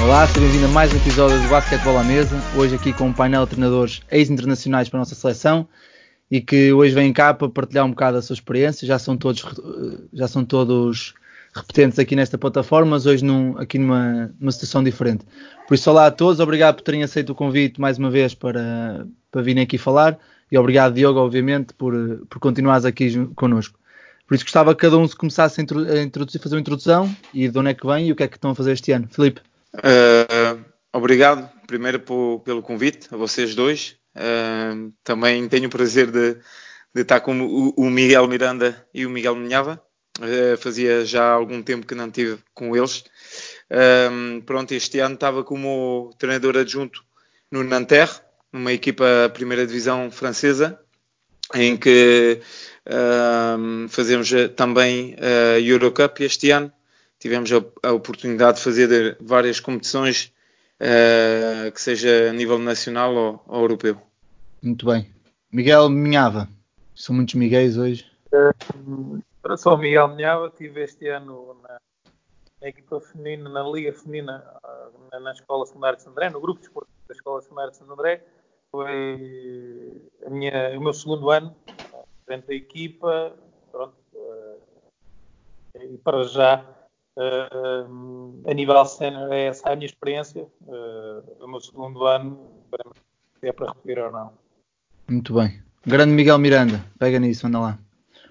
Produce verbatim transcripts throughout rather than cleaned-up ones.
Olá, seja bem-vindo a mais um episódio do Basquetebol à Mesa, hoje aqui com um painel de treinadores ex-internacionais para a nossa seleção e que hoje vêm cá para partilhar um bocado a sua experiência. Já são todos, já são todos repetentes aqui nesta plataforma, mas hoje num, aqui numa, numa situação diferente. Por isso, olá a todos, obrigado por terem aceito o convite mais uma vez para, para virem aqui falar e obrigado, Diogo, obviamente, por, por continuares aqui connosco. Por isso gostava que cada um se começasse a, introdu- a introduzir, fazer uma introdução e de onde é que vem e o que é que estão a fazer este ano. Filipe. Uh, obrigado primeiro por, pelo convite, a vocês dois. Uh, também tenho o prazer de, de estar com o, o Miguel Miranda e o Miguel Minhava. Uh, fazia já algum tempo que não estive com eles. Uh, pronto, este ano estava como treinador adjunto no Nanterre, numa equipa primeira divisão francesa, em que uh, fazemos também a Eurocup este ano. Tivemos a, a oportunidade de fazer várias competições, uh, que seja a nível nacional ou, ou europeu. Muito bem. Miguel Minhava. São muitos Miguéis hoje. Eu sou o Miguel Minhava, estive este ano na, na equipa feminina, na Liga Feminina, na, na Escola Secundária de Santo André, no grupo de esporte da Escola Secundária de Santo André. Foi a minha, o meu segundo ano dentro da equipa. Pronto, uh, e para já, uh, a nível sénior, é essa a minha experiência. Uh, o meu segundo ano, se é para repetir ou não. Muito bem. Grande Miguel Miranda, pega nisso, anda lá.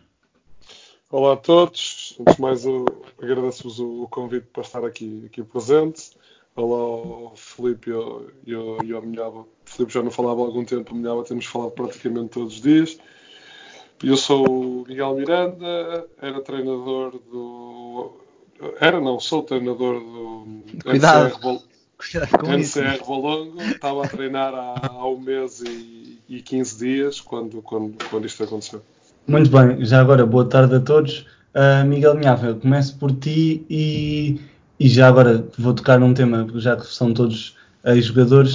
Olá a todos. Antes de mais, eu agradeço-vos o convite para estar aqui, aqui presente. Olá ao Filipe e ao, e ao Minhava. O Filipe já não falava há algum tempo, o Minhava temos falado praticamente todos os dias. Eu sou o Miguel Miranda, era treinador do... Era não, sou treinador do Cuidado. N C R, Val... Cuidado com N isso. C R Valongo. Estava a treinar há, há um mês e, e quinze dias quando, quando, quando isto aconteceu. Muito bem, já agora boa tarde a todos. Uh, Miguel Minhava, eu começo por ti e, e já agora vou tocar num tema, já que são todos ex-jogadores.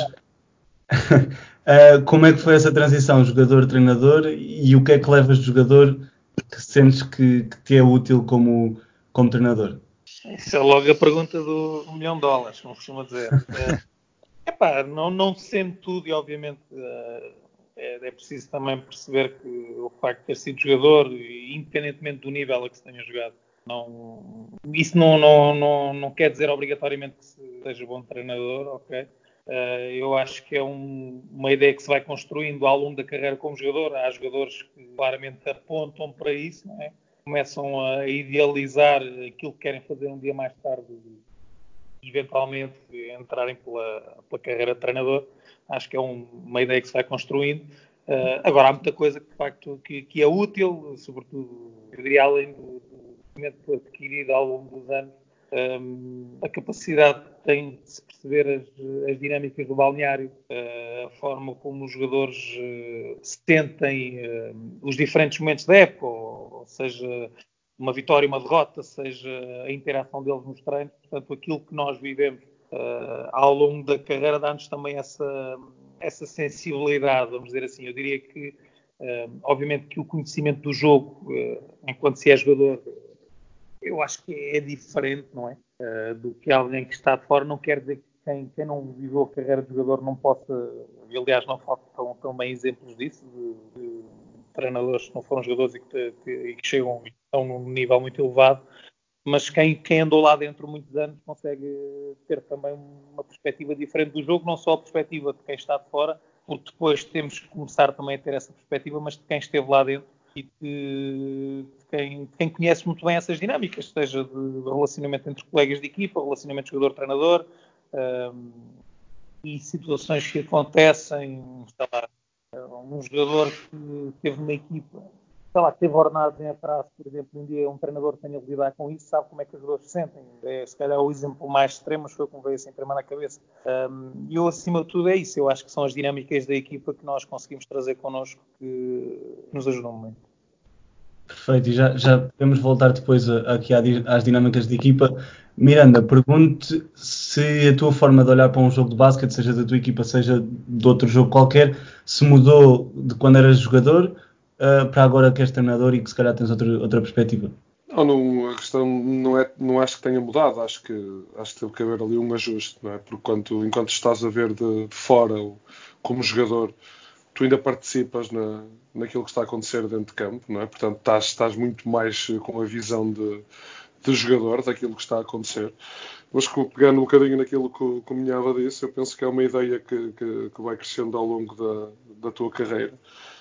uh, como é que foi essa transição jogador-treinador e o que é que levas de jogador que sentes que, que te é útil como, como treinador? Isso é logo a pergunta do um milhão de dólares, como costuma dizer. É epá, não, não sendo tudo e obviamente uh, é, é preciso também perceber que o facto de ter sido jogador, independentemente do nível a que se tenha jogado, não, isso não, não, não, não quer dizer obrigatoriamente que se seja bom treinador, ok? Uh, eu acho que é um, uma ideia que se vai construindo ao longo da carreira como jogador. Há jogadores que claramente apontam para isso, não é? Começam a idealizar aquilo que querem fazer um dia mais tarde e eventualmente entrarem pela, pela carreira de treinador. Acho que é um, uma ideia que se vai construindo. Uh, agora, há muita coisa que, de facto, que, que é útil, sobretudo, eu diria, além do conhecimento adquirido ao longo dos anos, um, a capacidade que tem de se perceber as, as dinâmicas do balneário, uh, a forma como os jogadores uh, sentem uh, os diferentes momentos da época, ou, ou seja, uma vitória, uma derrota, seja a interação deles nos treinos. Portanto, aquilo que nós vivemos uh, ao longo da carreira dá-nos também essa, essa sensibilidade, vamos dizer assim. Eu diria que, uh, obviamente, que o conhecimento do jogo, uh, enquanto se é jogador, eu acho que é diferente, não é? Uh, do que alguém que está de fora. Não quer dizer que quem, quem não viveu a carreira de jogador não possa, e aliás não faltam também exemplos disso, de, de treinadores que não foram jogadores e que, que, e que chegam e estão num nível muito elevado, mas quem, quem andou lá dentro muitos anos consegue ter também uma perspectiva diferente do jogo, não só a perspectiva de quem está de fora, porque depois temos que começar também a ter essa perspectiva, mas de quem esteve lá dentro e de quem, quem conhece muito bem essas dinâmicas, seja de relacionamento entre colegas de equipa, relacionamento jogador-treinador, um, e situações que acontecem, sei lá, um jogador que teve uma equipa, sei lá, que teve ordenados em atraso, por exemplo, um dia um treinador tenha de lidar com isso, sabe como é que os jogadores se sentem. É, se calhar, o exemplo mais extremo, mas foi o que me veio assim primeiro na cabeça. Um, e eu, acima de tudo, é isso. Eu acho que são as dinâmicas da equipa que nós conseguimos trazer connosco que nos ajudam muito. Perfeito, e já, já podemos voltar depois a, aqui às dinâmicas de equipa. Miranda, pergunto-te se a tua forma de olhar para um jogo de basquete, seja da tua equipa, seja de outro jogo qualquer, se mudou de quando eras jogador uh, para agora que és treinador e que se calhar tens outra, outra perspectiva. Não, não, a questão não é, não acho que tenha mudado, acho que, acho que teve que haver ali um ajuste, não é? Porque quando, enquanto estás a ver de, de fora, como jogador, tu ainda participas na, naquilo que está a acontecer dentro de campo, não é? Portanto, estás, estás muito mais com a visão de, de jogador daquilo que está a acontecer. Mas pegando um bocadinho naquilo que, que o Minhava disse, eu penso que é uma ideia que, que, que vai crescendo ao longo da, da tua carreira.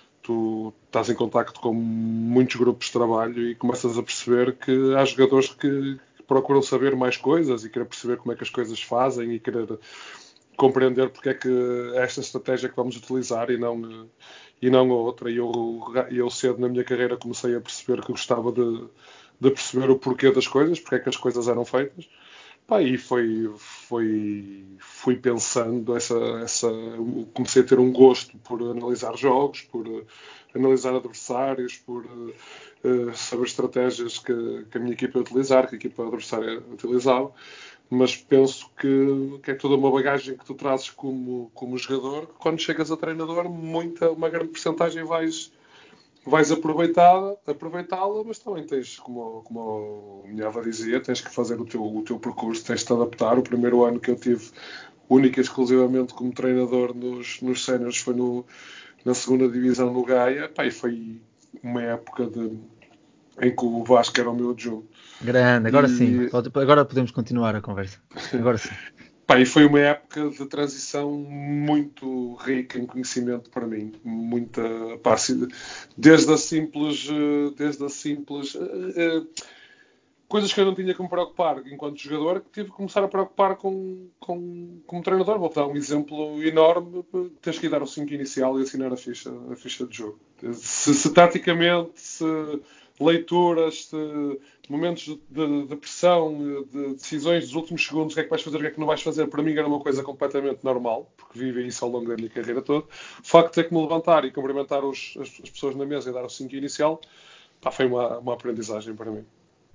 Tu estás em contacto com muitos grupos de trabalho e começas a perceber que há jogadores que, que procuram saber mais coisas e querer perceber como é que as coisas fazem e querer compreender porque é que é esta estratégia que vamos utilizar e não, e não a outra. E eu, eu cedo na minha carreira comecei a perceber que gostava de, de perceber o porquê das coisas, porque é que as coisas eram feitas. Pá, e foi, foi, fui pensando, essa, essa, comecei a ter um gosto por analisar jogos, por uh, analisar adversários, por uh, saber estratégias que, que a minha equipa ia utilizar, que a equipa adversária utilizava. Mas penso que, que é toda uma bagagem que tu trazes como, como jogador, que quando chegas a treinador, muita, uma grande porcentagem vais, vais aproveitá-la, aproveitá-la, mas também tens, como, como o Minhava dizia, tens que fazer o teu, o teu percurso, tens de te adaptar. O primeiro ano que eu tive, única e exclusivamente como treinador nos, nos séniores, foi no, na segunda divisão no Gaia, pá, e foi uma época de, em que o Vasco era o meu adjunto. Grande, agora e, sim, agora podemos continuar a conversa. Agora sim. Pá, e foi uma época de transição muito rica em conhecimento para mim. Muita, pá, desde a simples, desde a simples uh, uh, coisas que eu não tinha que me preocupar enquanto jogador, que tive que começar a preocupar com, com, como treinador. Vou dar um exemplo enorme: tens que ir dar o cinco inicial e assinar a ficha, a ficha de jogo. Se, se taticamente, se leituras, se momentos de, de, de pressão, de decisões dos últimos segundos, o que é que vais fazer, o que é que não vais fazer, para mim era uma coisa completamente normal, porque vivi isso ao longo da minha carreira toda. O facto de ter que me levantar e cumprimentar os, as, as pessoas na mesa e dar o cinco inicial, pá, foi uma, uma aprendizagem para mim.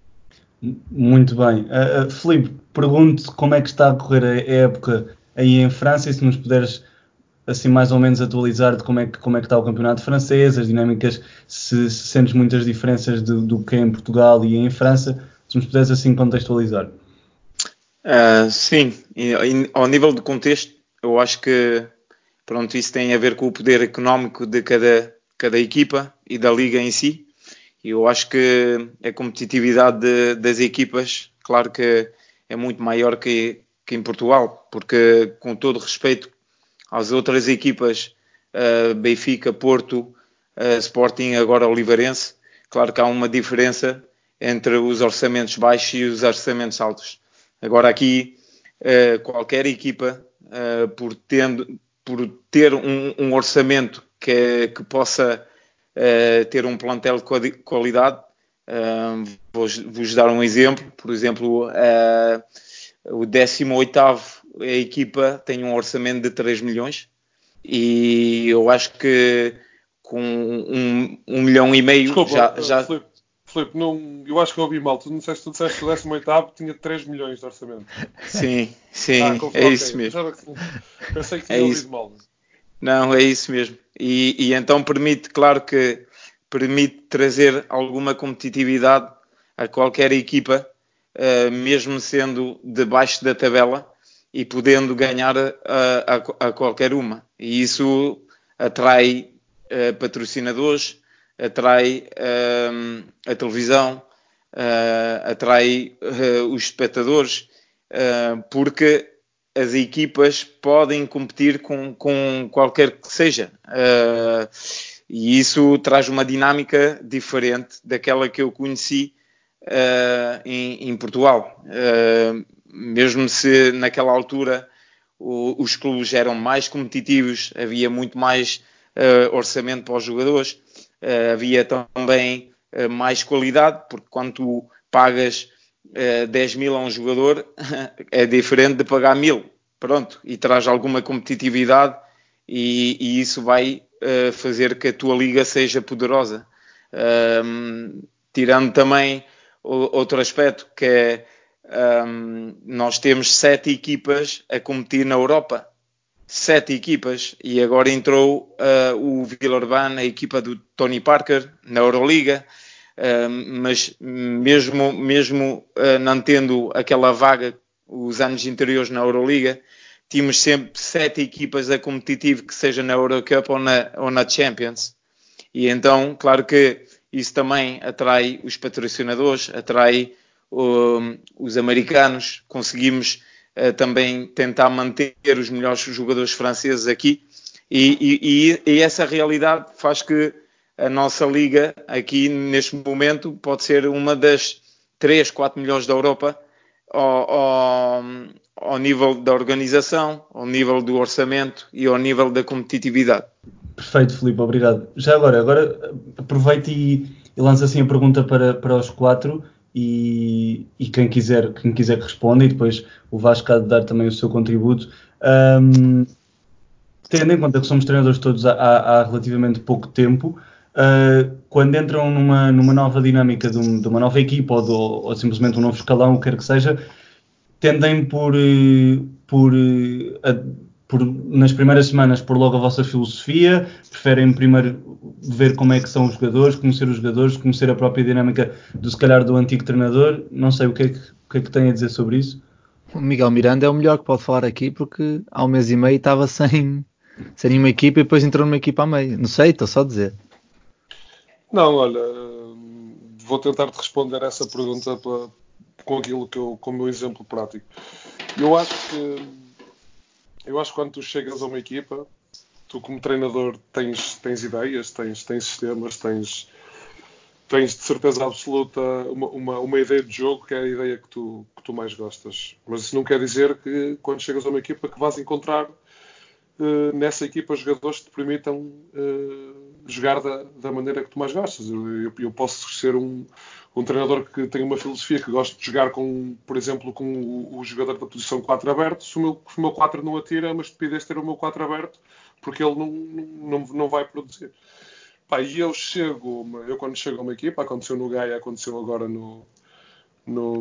Muito bem. Uh, uh, Filipe, pergunto como é que está a correr a época aí em França e se nos puderes assim mais ou menos atualizar de como é que, como é que está o campeonato francês, as dinâmicas, se, se sentes muitas diferenças de, do que é em Portugal e em França, se nos puderes assim contextualizar. Uh, sim, e, e, ao nível de contexto, eu acho que pronto, isso tem a ver com o poder económico de cada, cada equipa e da liga em si. E eu acho que a competitividade de, das equipas, claro que é muito maior que, que em Portugal, porque com todo respeito às outras equipas, uh, Benfica, Porto, uh, Sporting, agora Oliveirense, claro que há uma diferença entre os orçamentos baixos e os orçamentos altos. Agora aqui, uh, qualquer equipa, uh, por, tendo, por ter um, um orçamento que, que possa uh, ter um plantel de qualidade, uh, vou-vos vos dar um exemplo. Por exemplo, uh, o décimo oitavo, a equipa tem um orçamento de três milhões e eu acho que com um, um milhão e meio Desculpa, já... já... Uh, Filipe, Filipe, não, eu acho que eu ouvi mal. Tu não disseste, tu disseste que o décimo oitavo tinha três milhões de orçamento. Sim, sim, ah, é okay. isso mesmo. Já, pensei que tinha é ouvido isso. mal. Não, é isso mesmo. E, e então permite, claro que permite trazer alguma competitividade a qualquer equipa, uh, mesmo sendo debaixo da tabela e podendo ganhar a, a, a qualquer uma. E isso atrai uh, patrocinadores, atrai uh, a televisão, uh, atrai uh, os espectadores, uh, porque as equipas podem competir com, com qualquer que seja. Uh, e isso traz uma dinâmica diferente daquela que eu conheci uh, em, em Portugal. Uh, mesmo se naquela altura o, os clubes eram mais competitivos, havia muito mais uh, orçamento para os jogadores, uh, havia também uh, mais qualidade, porque quando tu pagas uh, dez mil a um jogador, é diferente de pagar mil. Pronto, e traz alguma competitividade e, e isso vai uh, fazer que a tua liga seja poderosa. Um, tirando também o, outro aspecto, que é um, nós temos sete equipas a competir na Europa. Sete equipas. E agora entrou uh, o Villeurbanne, a equipa do Tony Parker, na Euroliga. Uh, mas mesmo, mesmo uh, não tendo aquela vaga os anos anteriores na Euroliga, tínhamos sempre sete equipas a competitivo, que seja na Eurocup ou na, ou na Champions. E então, claro que isso também atrai os patrocinadores, atrai um, os americanos. Conseguimos uh, também tentar manter os melhores jogadores franceses aqui. E, e, e essa realidade faz que a nossa liga aqui neste momento pode ser uma das três, quatro melhores da Europa ao, ao, ao nível da organização, ao nível do orçamento e ao nível da competitividade. Perfeito, Filipe, obrigado. Já agora, agora aproveito e, e lanço assim a pergunta para, para os quatro e, e quem quiser, quem quiser que responda, e depois o Vasco há de dar também o seu contributo. Um, tendo em conta que somos treinadores todos há, há, há relativamente pouco tempo, uh, quando entram numa, numa nova dinâmica de, um, de uma nova equipa ou, do, ou simplesmente um novo escalão, o que quer que seja, tendem por, por, a, por nas primeiras semanas pôr logo a vossa filosofia, preferem primeiro ver como é que são os jogadores, conhecer os jogadores, conhecer a própria dinâmica do, se calhar, do antigo treinador. Não sei o que é que, o que, é que tem a dizer sobre isso. O Miguel Miranda é o melhor que pode falar aqui, porque há um mês e meio estava sem, sem nenhuma equipa e depois entrou numa equipa a meio. Não sei, estou só a dizer. Não, olha, vou tentar te responder essa pergunta para, com aquilo que eu, com o meu exemplo prático. Eu acho que eu acho que quando tu chegas a uma equipa, tu como treinador tens, tens ideias, tens, tens sistemas, tens, tens de certeza absoluta uma, uma, uma ideia de jogo que é a ideia que tu, que tu mais gostas. Mas isso não quer dizer que quando chegas a uma equipa que vais encontrar uh, nessa equipa jogadores que te permitam uh, jogar da, da maneira que tu mais gostas. Eu, eu, eu posso ser um, um treinador que tem uma filosofia que gosta de jogar com, por exemplo, com o, o jogador da posição quatro aberto. Se o meu, se o meu quatro não atira, é uma estupidez ter o meu quatro aberto, porque ele não, não, não vai produzir. Pá, e eu chego, eu quando chego a uma equipa, aconteceu no Gaia, aconteceu agora no, no,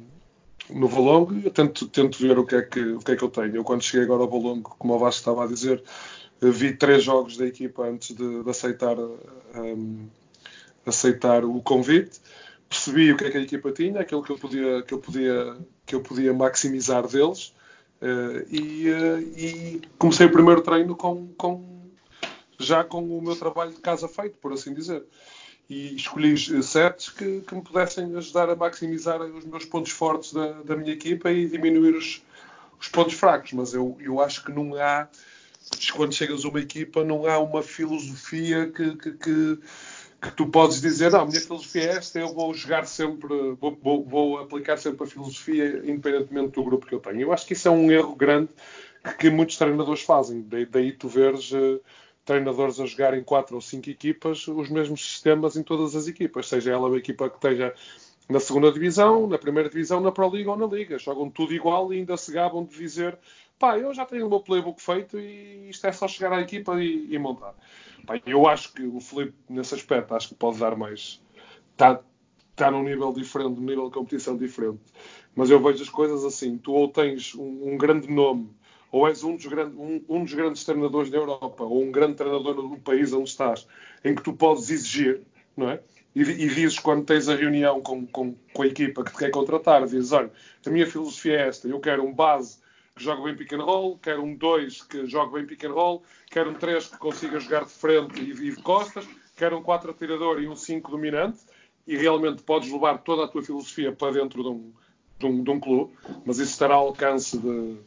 no Valongo, eu tento, tento ver o que, é que, o que é que eu tenho. Eu quando cheguei agora ao Valongo, como o Vasco estava a dizer, vi três jogos da equipa antes de, de aceitar, um, aceitar o convite, percebi o que é que a equipa tinha, aquilo que eu podia, que eu podia, que eu podia maximizar deles, uh, e, uh, e comecei o primeiro treino com, com, já com o meu trabalho de casa feito, por assim dizer. E escolhi sets que, que me pudessem ajudar a maximizar os meus pontos fortes da, da minha equipa e diminuir os, os pontos fracos. Mas eu, eu acho que não há, quando chegas a uma equipa, não há uma filosofia que, que, que, que tu podes dizer, não, a minha filosofia é esta, eu vou jogar sempre, vou, vou, vou aplicar sempre a filosofia independentemente do grupo que eu tenho. Eu acho que isso é um erro grande que, que muitos treinadores fazem. Daí, daí tu veres uh, treinadores a jogar em quatro ou cinco equipas os mesmos sistemas em todas as equipas, seja ela uma equipa que esteja na segunda divisão, na primeira divisão, na Pro League ou na Liga. Jogam tudo igual e ainda se gabam de dizer, pá, eu já tenho o meu playbook feito e isto é só chegar à equipa e, e montar. Pá, eu acho que o Filipe, nesse aspecto, acho que pode dar mais. Está tá num nível diferente, num nível de competição diferente. Mas eu vejo as coisas assim, tu ou tens um, um grande nome, ou és um dos, grande, um, um dos grandes treinadores da Europa, ou um grande treinador do país onde estás, em que tu podes exigir, não é? E, e dizes quando tens a reunião com, com, com a equipa que te quer contratar, dizes, olha, a minha filosofia é esta, eu quero um base que jogue bem pick and roll, quero um dois que jogue bem pick and roll, quero um três que consiga jogar de frente e, e de costas, quero um quatro atirador e um cinco dominante, e realmente podes levar toda a tua filosofia para dentro de um, de um, de um clube, mas isso estará ao alcance de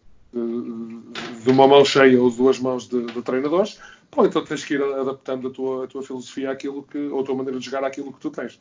De, de uma mão cheia ou duas mãos de, de treinadores, pô, então tens que ir adaptando a tua, a tua filosofia àquilo que, ou a tua maneira de jogar àquilo que tu tens.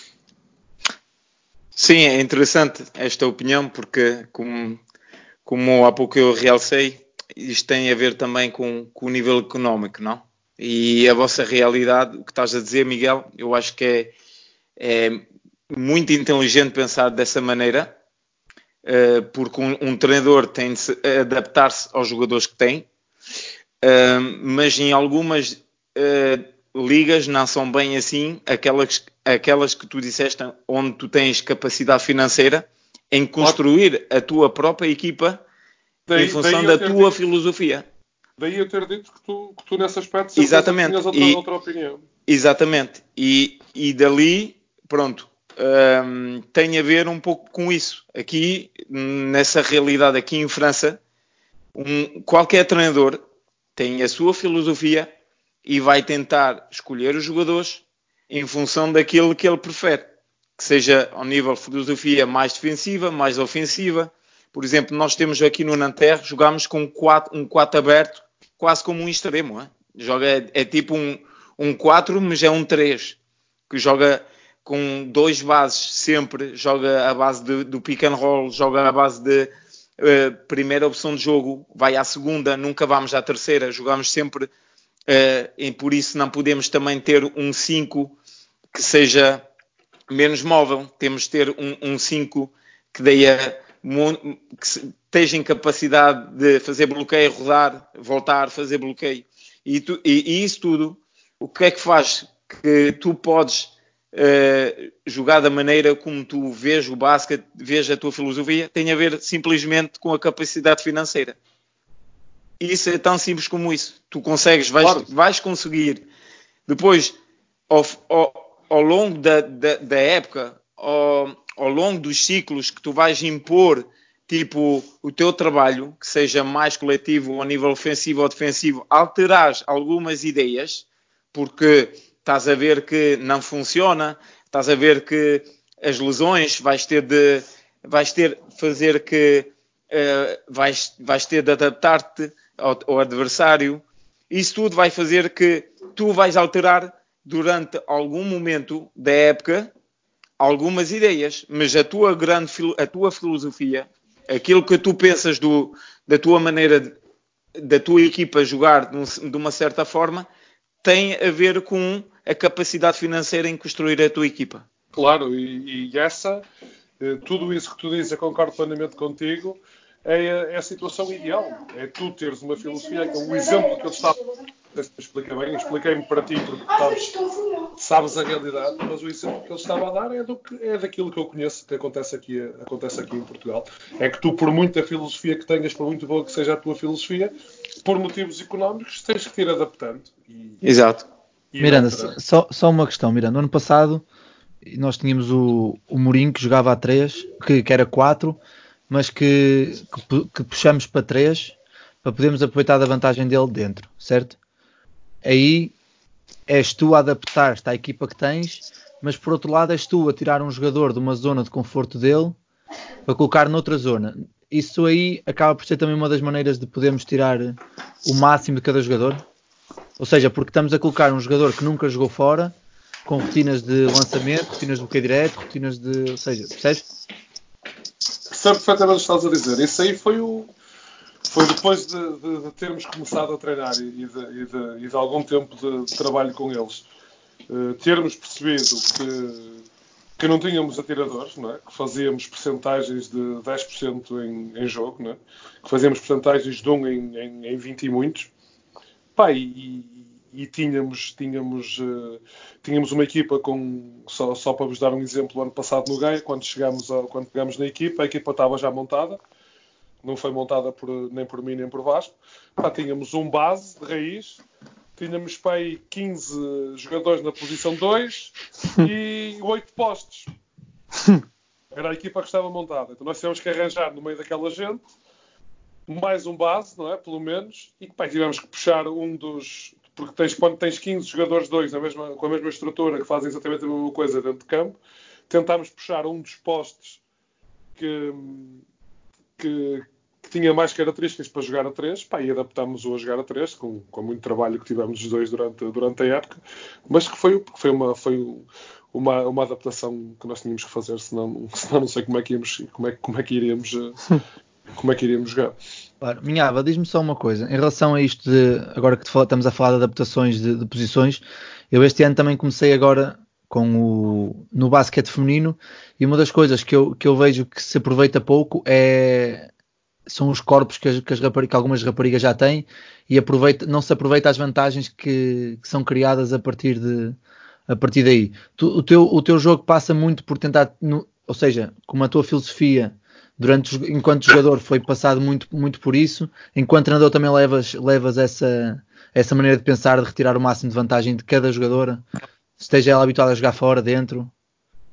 Sim, é interessante esta opinião, porque como, como há pouco eu realcei, isto tem a ver também com, com o nível económico, não? E a vossa realidade, o que estás a dizer, Miguel, eu acho que é, é muito inteligente pensar dessa maneira, Uh, porque um, um treinador tem de se adaptar-se aos jogadores que tem, uh, mas em algumas uh, ligas não são bem assim aquelas, aquelas que tu disseste, onde tu tens capacidade financeira em construir a tua própria equipa daí, em função da tua dito, filosofia. Daí eu ter dito que tu, que tu nesse aspecto sempre Exatamente. tinhas outra, e, outra opinião. Exatamente. E, e dali pronto, um, tem a ver um pouco com isso. Aqui, nessa realidade, aqui em França, um, qualquer treinador tem a sua filosofia e vai tentar escolher os jogadores em função daquilo que ele prefere. Que seja ao nível de filosofia mais defensiva, mais ofensiva. Por exemplo, nós temos aqui no Nanterre, jogamos com quatro, um quatro aberto, quase como um extremo. Hein? Joga, é, é tipo um, um quatro, mas é um três. Que joga com dois bases sempre. Joga a base de, do pick and roll, joga a base de uh, primeira opção de jogo, vai à segunda, nunca vamos à terceira. Jogamos sempre, uh, e por isso não podemos também ter um cinco que seja menos móvel. Temos de ter um cinco que dê a, que esteja em capacidade de fazer bloqueio, rodar, voltar, fazer bloqueio. E, tu, e, e isso tudo, o que é que faz que tu podes uh, jogar da maneira como tu vês o basquete, vês a tua filosofia, tem a ver simplesmente com a capacidade financeira. Isso é tão simples como isso. Tu consegues, vais, claro. vais conseguir, depois, ao, ao, ao longo da, da, da época, ao, ao longo dos ciclos que tu vais impor, tipo, o teu trabalho, que seja mais coletivo ao nível ofensivo ou defensivo, alterares algumas ideias, porque estás a ver que não funciona, estás a ver que as lesões vais ter de, vais ter fazer que uh, vais, vais ter de adaptar-te ao, ao adversário. Isso tudo vai fazer que tu vais alterar durante algum momento da época algumas ideias, mas a tua grande a tua filosofia, aquilo que tu pensas do, da tua maneira de, da tua equipa jogar de, de uma certa forma, tem a ver com a capacidade financeira em construir a tua equipa. Claro, e, e essa, tudo isso que tu dizes, eu concordo plenamente contigo, é a, é a situação ideal. É tu teres uma filosofia, o exemplo que eu estava... Explica bem, expliquei-me para ti porque sabes, sabes a realidade, mas o exemplo que ele estava a dar é, do que, é daquilo que eu conheço que acontece aqui, acontece aqui em Portugal. É que tu, por muita filosofia que tenhas, por muito boa que seja a tua filosofia, por motivos económicos, tens que ir adaptando. E, Exato. E Miranda, só, só uma questão, Miranda. No ano passado, nós tínhamos o, o Mourinho que jogava a três, que, que era quatro, mas que, que, que puxamos para três para podermos aproveitar da vantagem dele dentro, certo? Aí és tu a adaptar-te à equipa que tens, mas por outro lado és tu a tirar um jogador de uma zona de conforto dele para colocar noutra zona. Isso aí acaba por ser também uma das maneiras de podermos tirar o máximo de cada jogador. Ou seja, porque estamos a colocar um jogador que nunca jogou fora, com rotinas de lançamento, rotinas de bloqueio direto, rotinas de... Ou seja, percebes? Percebo perfeitamente o que estás a dizer. Isso aí foi o... Foi depois de, de, de termos começado a treinar e de, e de, e de algum tempo de, de trabalho com eles, uh, termos percebido que, que não tínhamos atiradores, não é? Que fazíamos percentagens de dez por cento em, em jogo, não é? Que fazíamos percentagens de um em, em, em vinte e muitos. Pá, e, e, e tínhamos, tínhamos, uh, tínhamos uma equipa com, só, só para vos dar um exemplo, ano passado no Gaia, quando chegámos a, quando pegámos na equipa, a equipa estava já montada. Não foi montada por, nem por mim nem por Vasco. Pá, tínhamos um base de raiz, tínhamos para aí quinze jogadores na posição dois e oito postos. Era a equipa que estava montada. Então nós tivemos que arranjar no meio daquela gente mais um base, não é? Pelo menos. E pá, tivemos que puxar um dos... Porque tens, quando tens quinze jogadores dois na mesma, com a mesma estrutura que fazem exatamente a mesma coisa dentro de campo, tentámos puxar um dos postos que... que que tinha mais características para jogar a três, pá, e adaptámos-o a jogar a três, com, com muito trabalho que tivemos os dois durante, durante a época, mas que foi, foi, uma, foi uma, uma adaptação que nós tínhamos que fazer, senão, senão não sei como é que íamos, como é, como é que iríamos, como é que iríamos jogar. Claro. Minhava, diz-me só uma coisa, em relação a isto de, agora que estamos a falar de adaptações de, de posições, eu este ano também comecei agora com o, no basquete feminino, e uma das coisas que eu, que eu vejo que se aproveita pouco é... são os corpos que, as, que, as raparigas, que algumas raparigas já têm e aproveita, não se aproveita as vantagens que, que são criadas a partir, de, a partir daí. Tu, o, teu, o teu jogo passa muito por tentar, no, ou seja, como a tua filosofia durante, enquanto jogador foi passado muito, muito por isso, enquanto treinador também levas, levas essa, essa maneira de pensar, de retirar o máximo de vantagem de cada jogadora, esteja ela habituada a jogar fora, dentro.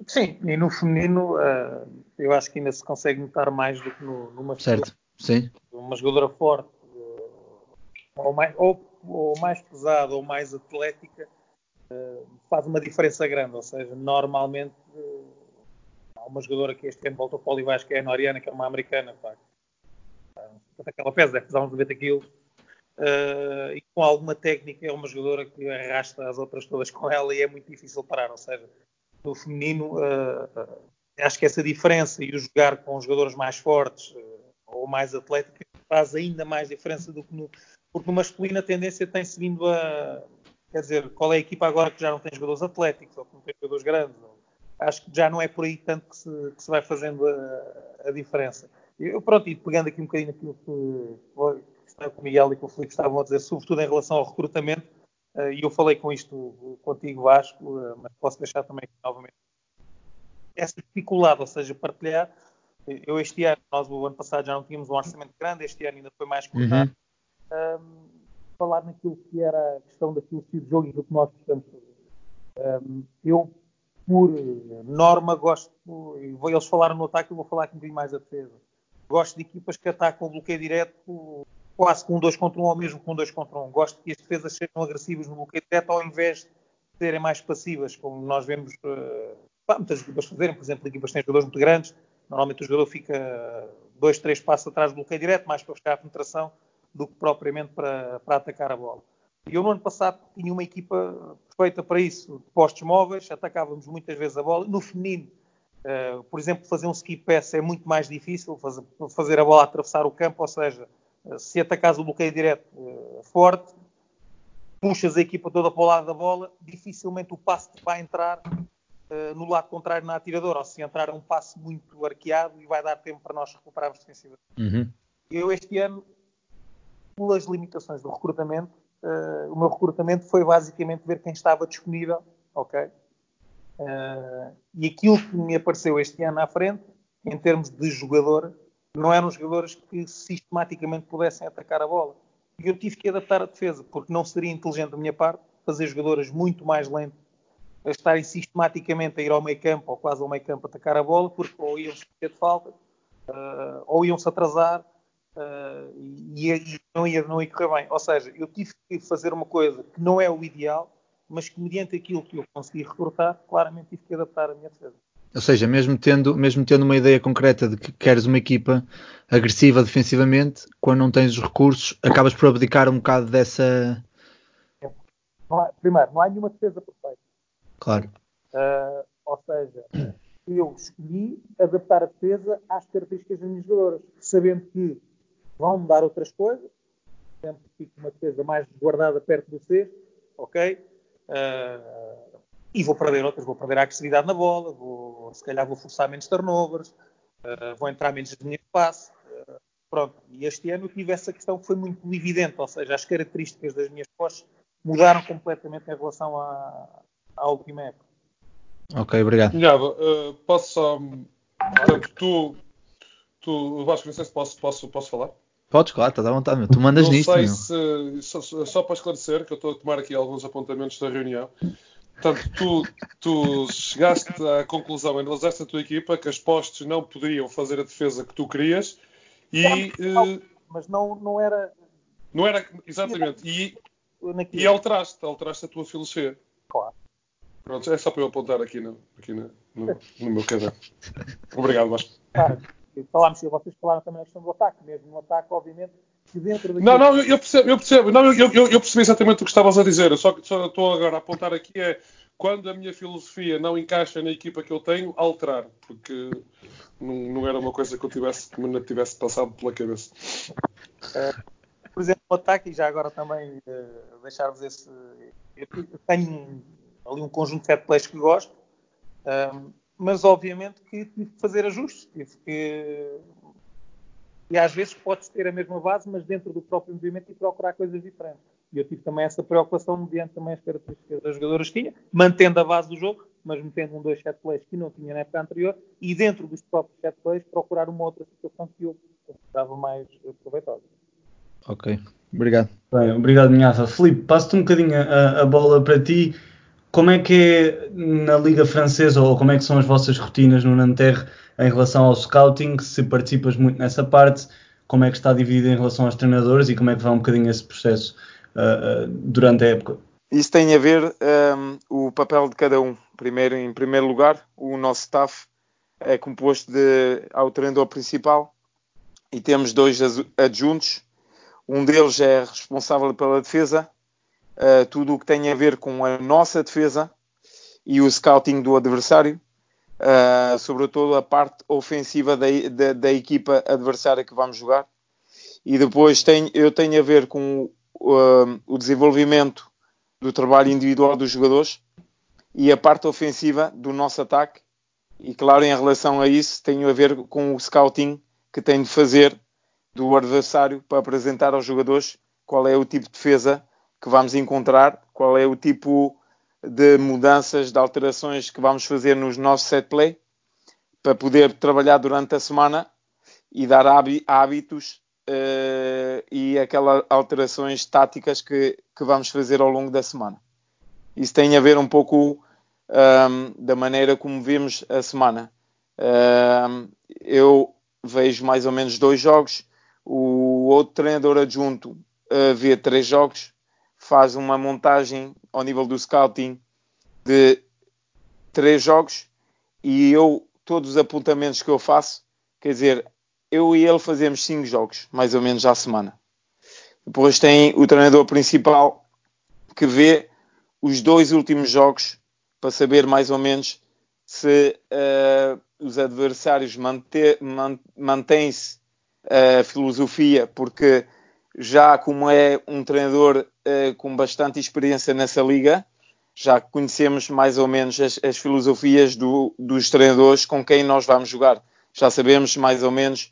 Sim, e no feminino uh, eu acho que ainda se consegue notar mais do que no, numa Certo, sim. uma jogadora forte, uh, ou, mais, ou, ou mais pesada, ou mais atlética, uh, faz uma diferença grande. Ou seja, normalmente uh, há uma jogadora que este ano voltou para o Olivais, que é a Noriana, que é uma americana, pá. Quanto é que ela pesa? Deve pesar uns noventa quilos. Uh, e com alguma técnica é uma jogadora que arrasta as outras todas com ela e é muito difícil parar. Ou seja, no feminino, uh, acho que essa diferença e o jogar com jogadores mais fortes uh, ou mais atléticos faz ainda mais diferença do que no... Porque no masculino a tendência tem-se vindo a... Quer dizer, qual é a equipa agora que já não tem jogadores atléticos ou que não tem jogadores grandes? Acho que já não é por aí tanto que se, que se vai fazendo a, a diferença. Eu, pronto, e pegando aqui um bocadinho aquilo que, que o Miguel e que o Filipe estavam a dizer, sobretudo em relação ao recrutamento, uh, e eu falei com isto contigo, Vasco, uh, mas posso deixar também aqui novamente essa dificuldade, ou seja, partilhar. Eu este ano, nós o ano passado já não tínhamos um orçamento grande, este ano ainda foi mais cortado. Uhum. Um, falar naquilo que era a questão da filosofia de jogo e do que nós gostamos de fazer. Um, eu, por norma, gosto, e vou, eles falaram no ataque, eu vou falar aqui um bocadinho mais da defesa. Gosto de equipas que atacam o bloqueio direto, quase com um dois contra um ou mesmo com um dois contra um. Gosto que as defesas sejam agressivas no bloqueio direto ao invés de serem mais passivas, como nós vemos uh, pá, muitas equipas fazerem. Por exemplo, equipas que têm jogadores muito grandes, normalmente o jogador fica dois, três passos atrás do bloqueio direto, mais para buscar a penetração do que propriamente para, para atacar a bola. E eu no ano passado tinha uma equipa perfeita para isso, de postos móveis, atacávamos muitas vezes a bola. No feminino, uh, por exemplo, fazer um skip pass é muito mais difícil, fazer, fazer a bola atravessar o campo, ou seja, uh, se atacares o bloqueio direto uh, forte, puxas a equipa toda para o lado da bola, dificilmente o passe vai entrar uh, no lado contrário na atiradora, ou se entrar é um passe muito arqueado e vai dar tempo para nós recuperarmos defensivamente. Uhum. Eu este ano, pelas limitações do recrutamento, uh, o meu recrutamento foi basicamente ver quem estava disponível, ok? Uh, e aquilo que me apareceu este ano à frente, em termos de jogador, não eram jogadores que sistematicamente pudessem atacar a bola. E eu tive que adaptar a defesa, porque não seria inteligente da minha parte fazer jogadores muito mais lentos a estarem sistematicamente a ir ao meio campo ou quase ao meio campo a atacar a bola, porque ou iam-se ter de falta, uh, ou iam-se atrasar, uh, e, e não, ia, não ia correr bem. Ou seja, eu tive que fazer uma coisa que não é o ideal, mas que mediante aquilo que eu consegui recrutar, claramente tive que adaptar a minha defesa. Ou seja, mesmo tendo, mesmo tendo uma ideia concreta de que queres uma equipa agressiva defensivamente, quando não tens os recursos, acabas por abdicar um bocado dessa... Não há, primeiro, não há nenhuma defesa perfeita. Claro. Uh, ou seja, eu escolhi adaptar a defesa às características das minhas jogadoras, sabendo que vão mudar outras coisas, por exemplo, fico uma defesa mais guardada perto do cesto, ok? Uh, e vou perder outras, vou perder a agressividade na bola, vou, se calhar vou forçar menos turnovers, uh, vou entrar menos de linha de passe. Uh, pronto, e este ano eu tive essa questão que foi muito evidente, ou seja, as características das minhas postes mudaram completamente em relação à, à última época. Ok, obrigado. Nhava, uh, posso só... Portanto, tu... tu Vasco, não sei se posso, posso, posso falar? Podes, claro, estás à vontade, meu. Tu mandas não nisto, sei meu. Se, só, só para esclarecer, que eu estou a tomar aqui alguns apontamentos da reunião. Portanto, tu, tu chegaste à conclusão, analisaste a tua equipa, que as postes não poderiam fazer a defesa que tu querias e... Não, uh, mas não, não era... Não era, exatamente. E, e alteraste, alteraste a tua filosofia. Claro. Pronto, é só para eu apontar aqui no, aqui no, no, no meu caderno. Obrigado, Vasco. Claro, falámos, vocês falaram também na questão do ataque, mesmo no ataque, obviamente, que dentro daquilo... Não, não, eu percebo, eu percebo. Não, eu, eu, eu percebi exatamente o que estavas a dizer. Eu só, só estou agora a apontar aqui é quando a minha filosofia não encaixa na equipa que eu tenho, alterar, porque não, não era uma coisa que eu tivesse, que me tivesse passado pela cabeça. Uh, por exemplo, no ataque, e já agora também uh, deixar-vos esse... Eu tenho ali um conjunto de set plays que gosto, um, mas obviamente que tive que fazer ajustes. Tive que... E às vezes pode-se ter a mesma base, mas dentro do próprio movimento e procurar coisas diferentes. E eu tive também essa preocupação mediante também as características das jogadoras que tinha, mantendo a base do jogo, mas metendo um, dois set plays que não tinha na época anterior, e dentro dos próprios set plays procurar uma outra situação que eu considerava mais proveitosa. Ok, obrigado. Bem, obrigado, Minhafa. Filipe, passo-te um bocadinho a, a bola para ti. como é que é na Liga Francesa, ou como é que são as vossas rotinas no Nanterre em relação ao scouting? Se participas muito nessa parte, como é que está dividido em relação aos treinadores e como é que vai um bocadinho esse processo uh, uh, durante a época? Isso tem a ver um, o papel de cada um. Primeiro, em primeiro lugar, o nosso staff é composto de ao treinador principal e temos dois adjuntos. Um deles é responsável pela defesa, uh, tudo o que tem a ver com a nossa defesa e o scouting do adversário, uh, sobretudo a parte ofensiva da, da, da equipa adversária que vamos jogar. E depois tem, eu tenho a ver com uh, o desenvolvimento do trabalho individual dos jogadores e a parte ofensiva do nosso ataque. E claro, em relação a isso, tenho a ver com o scouting que tenho de fazer do adversário para apresentar aos jogadores qual é o tipo de defesa que vamos encontrar, qual é o tipo de mudanças, de alterações que vamos fazer nos nossos set play, para poder trabalhar durante a semana e dar hábitos Uh, e aquelas alterações táticas que, que vamos fazer ao longo da semana. Isso tem a ver um pouco um, da maneira como vemos a semana. Um, eu vejo mais ou menos dois jogos, o outro treinador adjunto uh, vê três jogos, faz uma montagem ao nível do scouting de três jogos e eu, todos os apontamentos que eu faço, quer dizer, eu e ele fazemos cinco jogos, mais ou menos, à semana. Depois tem o treinador principal que vê os dois últimos jogos para saber mais ou menos se uh, os adversários mantê, man, mantêm-se a filosofia, porque já como é um treinador uh, com bastante experiência nessa liga, já conhecemos mais ou menos as, as filosofias do, dos treinadores com quem nós vamos jogar. Já sabemos mais ou menos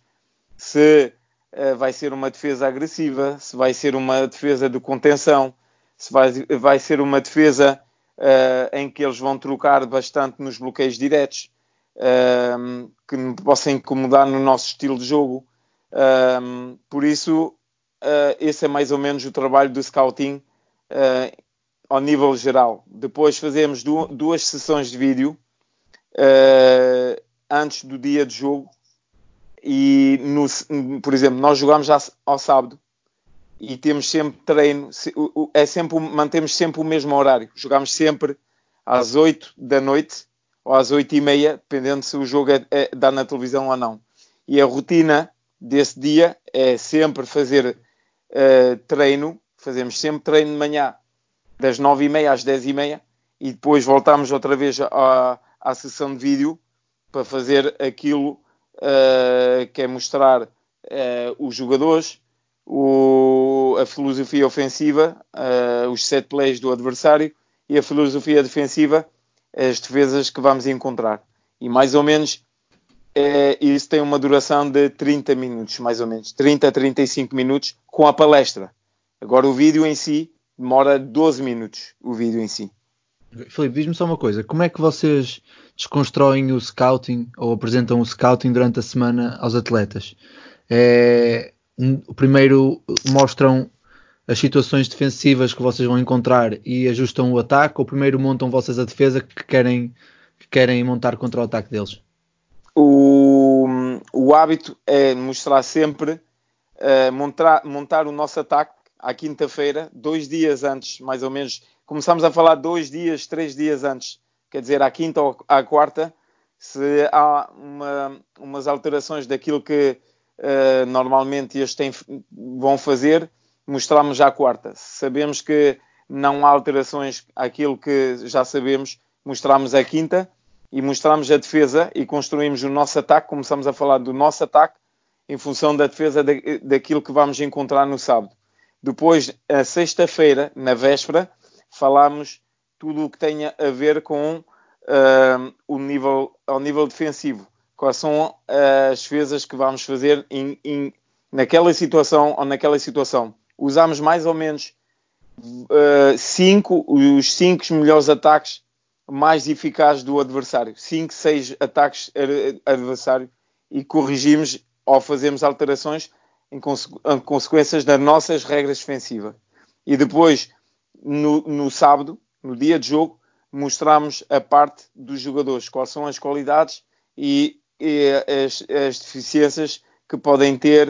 se uh, vai ser uma defesa agressiva, se vai ser uma defesa de contenção, se vai, vai ser uma defesa uh, em que eles vão trocar bastante nos bloqueios diretos, uh, que me possam incomodar no nosso estilo de jogo. Uh, por isso, uh, esse é mais ou menos o trabalho do scouting uh, ao nível geral. Depois fazemos du- duas sessões de vídeo uh, antes do dia de jogo. E, no, por exemplo, nós jogamos ao sábado e temos sempre treino, é sempre, mantemos sempre o mesmo horário. Jogamos sempre às oito da noite ou às oito e meia, dependendo se o jogo é, é, dá na televisão ou não. E a rotina desse dia é sempre fazer uh, treino, fazemos sempre treino de manhã, das nove e meia às dez e meia, e depois voltamos outra vez à, à sessão de vídeo para fazer aquilo Uh, que é mostrar uh, os jogadores, o, a filosofia ofensiva, uh, os set plays do adversário e a filosofia defensiva, as defesas que vamos encontrar. E mais ou menos uh, isso tem uma duração de trinta minutos, mais ou menos, trinta a trinta e cinco minutos com a palestra. Agora o vídeo em si demora doze minutos, o vídeo em si. Filipe, diz-me só uma coisa, como é que vocês desconstroem o scouting ou apresentam o scouting durante a semana aos atletas? É, primeiro mostram as situações defensivas que vocês vão encontrar e ajustam o ataque, ou primeiro montam vocês a defesa que querem, que querem montar contra o ataque deles? O, o hábito é mostrar sempre, uh, montar, montar o nosso ataque à quinta-feira, dois dias antes, mais ou menos. Começamos a falar dois dias, três dias antes. Quer dizer, à quinta ou à quarta, se há uma, umas alterações daquilo que uh, normalmente eles têm, vão fazer, mostramos já à quarta. Se sabemos que não há alterações àquilo que já sabemos, mostramos à quinta e mostramos a defesa e construímos o nosso ataque. Começamos a falar do nosso ataque em função da defesa de, daquilo que vamos encontrar no sábado. Depois, a sexta-feira, na véspera, falamos tudo o que tenha a ver com uh, o nível, ao nível defensivo. Quais são uh, as defesas que vamos fazer em, em, naquela situação ou naquela situação. Usamos mais ou menos uh, cinco, os cinco melhores ataques mais eficazes do adversário. Cinco, seis ataques adversário e corrigimos ou fazemos alterações em, conse- em consequências das nossas regras defensivas. E depois, no, no sábado, no dia de jogo, mostramos a parte dos jogadores, quais são as qualidades e, e as, as deficiências que podem ter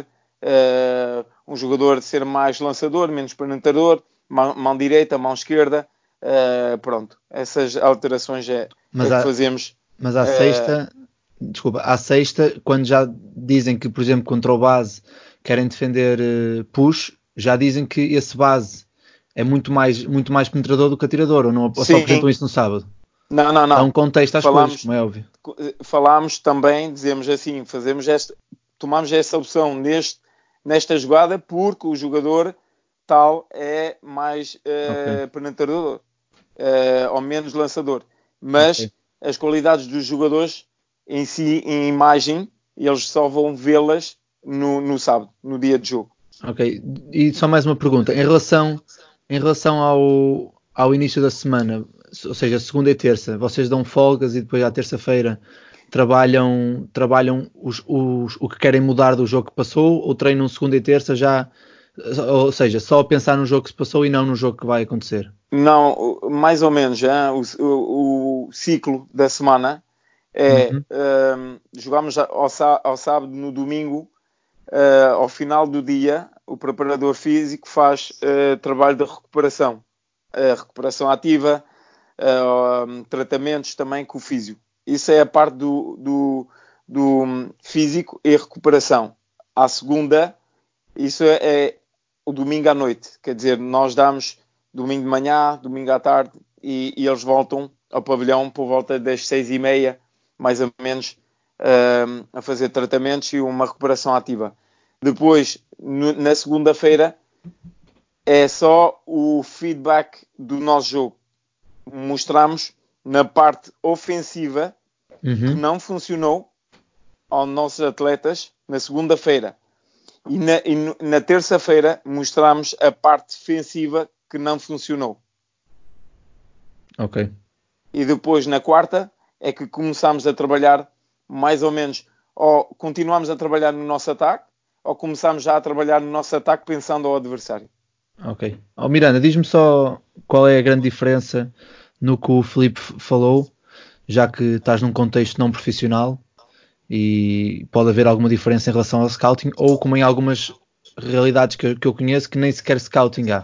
uh, um jogador ser mais lançador, menos penetrador, mão, mão direita, mão esquerda, uh, pronto, essas alterações é, Mas é há- que fazemos. Mas à Uh, sexta, desculpa, à sexta, quando já dizem que, por exemplo, contra o base querem defender uh, push, já dizem que esse base é muito mais, muito mais penetrador do que atirador, ou, não, ou só sim, apresentam isso no sábado? não, não, Dá um não. contexto às Falamos, coisas, como é óbvio. Falámos também, dizemos assim, fazemos esta, tomamos essa opção neste, nesta jogada porque o jogador tal é mais uh, Ok. penetrador uh, ou menos lançador. Mas Ok. as qualidades dos jogadores em si, em imagem, eles só vão vê-las no, no sábado, no dia de jogo. Ok. E só mais uma pergunta. Em relação, em relação ao, ao início da semana, ou seja, segunda e terça, vocês dão folgas e depois à terça-feira trabalham, trabalham os, os, o que querem mudar do jogo que passou, ou treinam segunda e terça já, ou seja, só a pensar no jogo que se passou e não no jogo que vai acontecer? Não, mais ou menos, hein? O, o, o ciclo da semana é Uhum. um, jogamos ao, ao sábado, no domingo, uh, ao final do dia, o preparador físico faz uh, trabalho de recuperação, uh, recuperação ativa, uh, um, tratamentos também com o físio. Isso é a parte do, do, do físico e recuperação. À segunda, isso é, é o domingo à noite, quer dizer, nós damos domingo de manhã, domingo à tarde, e, e eles voltam ao pavilhão por volta das seis e meia, mais ou menos, uh, a fazer tratamentos e uma recuperação ativa. Depois, no, na segunda-feira, é só o feedback do nosso jogo. Mostramos na parte ofensiva Uhum. que não funcionou aos nossos atletas na segunda-feira. E na, e na terça-feira mostramos a parte defensiva que não funcionou. Ok. E depois, na quarta, é que começamos a trabalhar mais ou menos, ou continuamos a trabalhar no nosso ataque, ou começamos já a trabalhar no nosso ataque pensando ao adversário. Ok. Oh, Miranda, diz-me só qual é a grande diferença no que o Filipe falou, já que estás num contexto não profissional e pode haver alguma diferença em relação ao scouting, ou como em algumas realidades que, que eu conheço que nem sequer scouting há.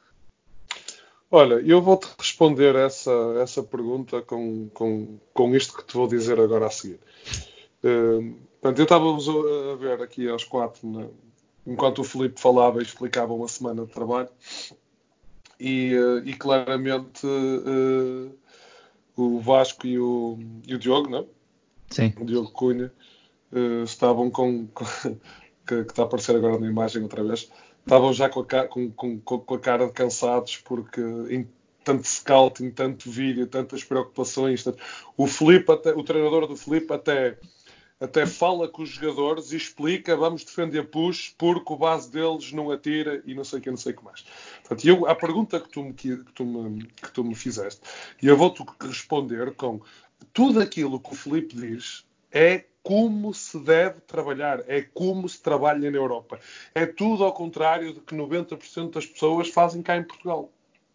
Olha, eu vou-te responder essa, essa pergunta com, com, com isto que te vou dizer agora a seguir. Uh, portanto, eu estava-vos a ver aqui aos quatro, né, enquanto o Filipe falava e explicava uma semana de trabalho, e, uh, e claramente uh, o Vasco e o, e o Diogo, não? Sim. O Diogo Cunha, uh, estavam com, com que, que está a aparecer agora na imagem outra vez, estavam já com a, cara, com, com, com a cara de cansados porque em tanto scouting, tanto vídeo, tantas preocupações. Tanto... O Filipe, até, o treinador do Filipe até, até fala com os jogadores e explica, vamos defender push porque o base deles não atira e não sei o que, não sei o que mais. Portanto, eu, a pergunta que tu, me, que, tu me, que tu me fizeste, e eu vou-te responder com tudo aquilo que o Filipe diz é como se deve trabalhar, é como se trabalha na Europa. É tudo ao contrário do que noventa por cento das pessoas fazem cá em Portugal.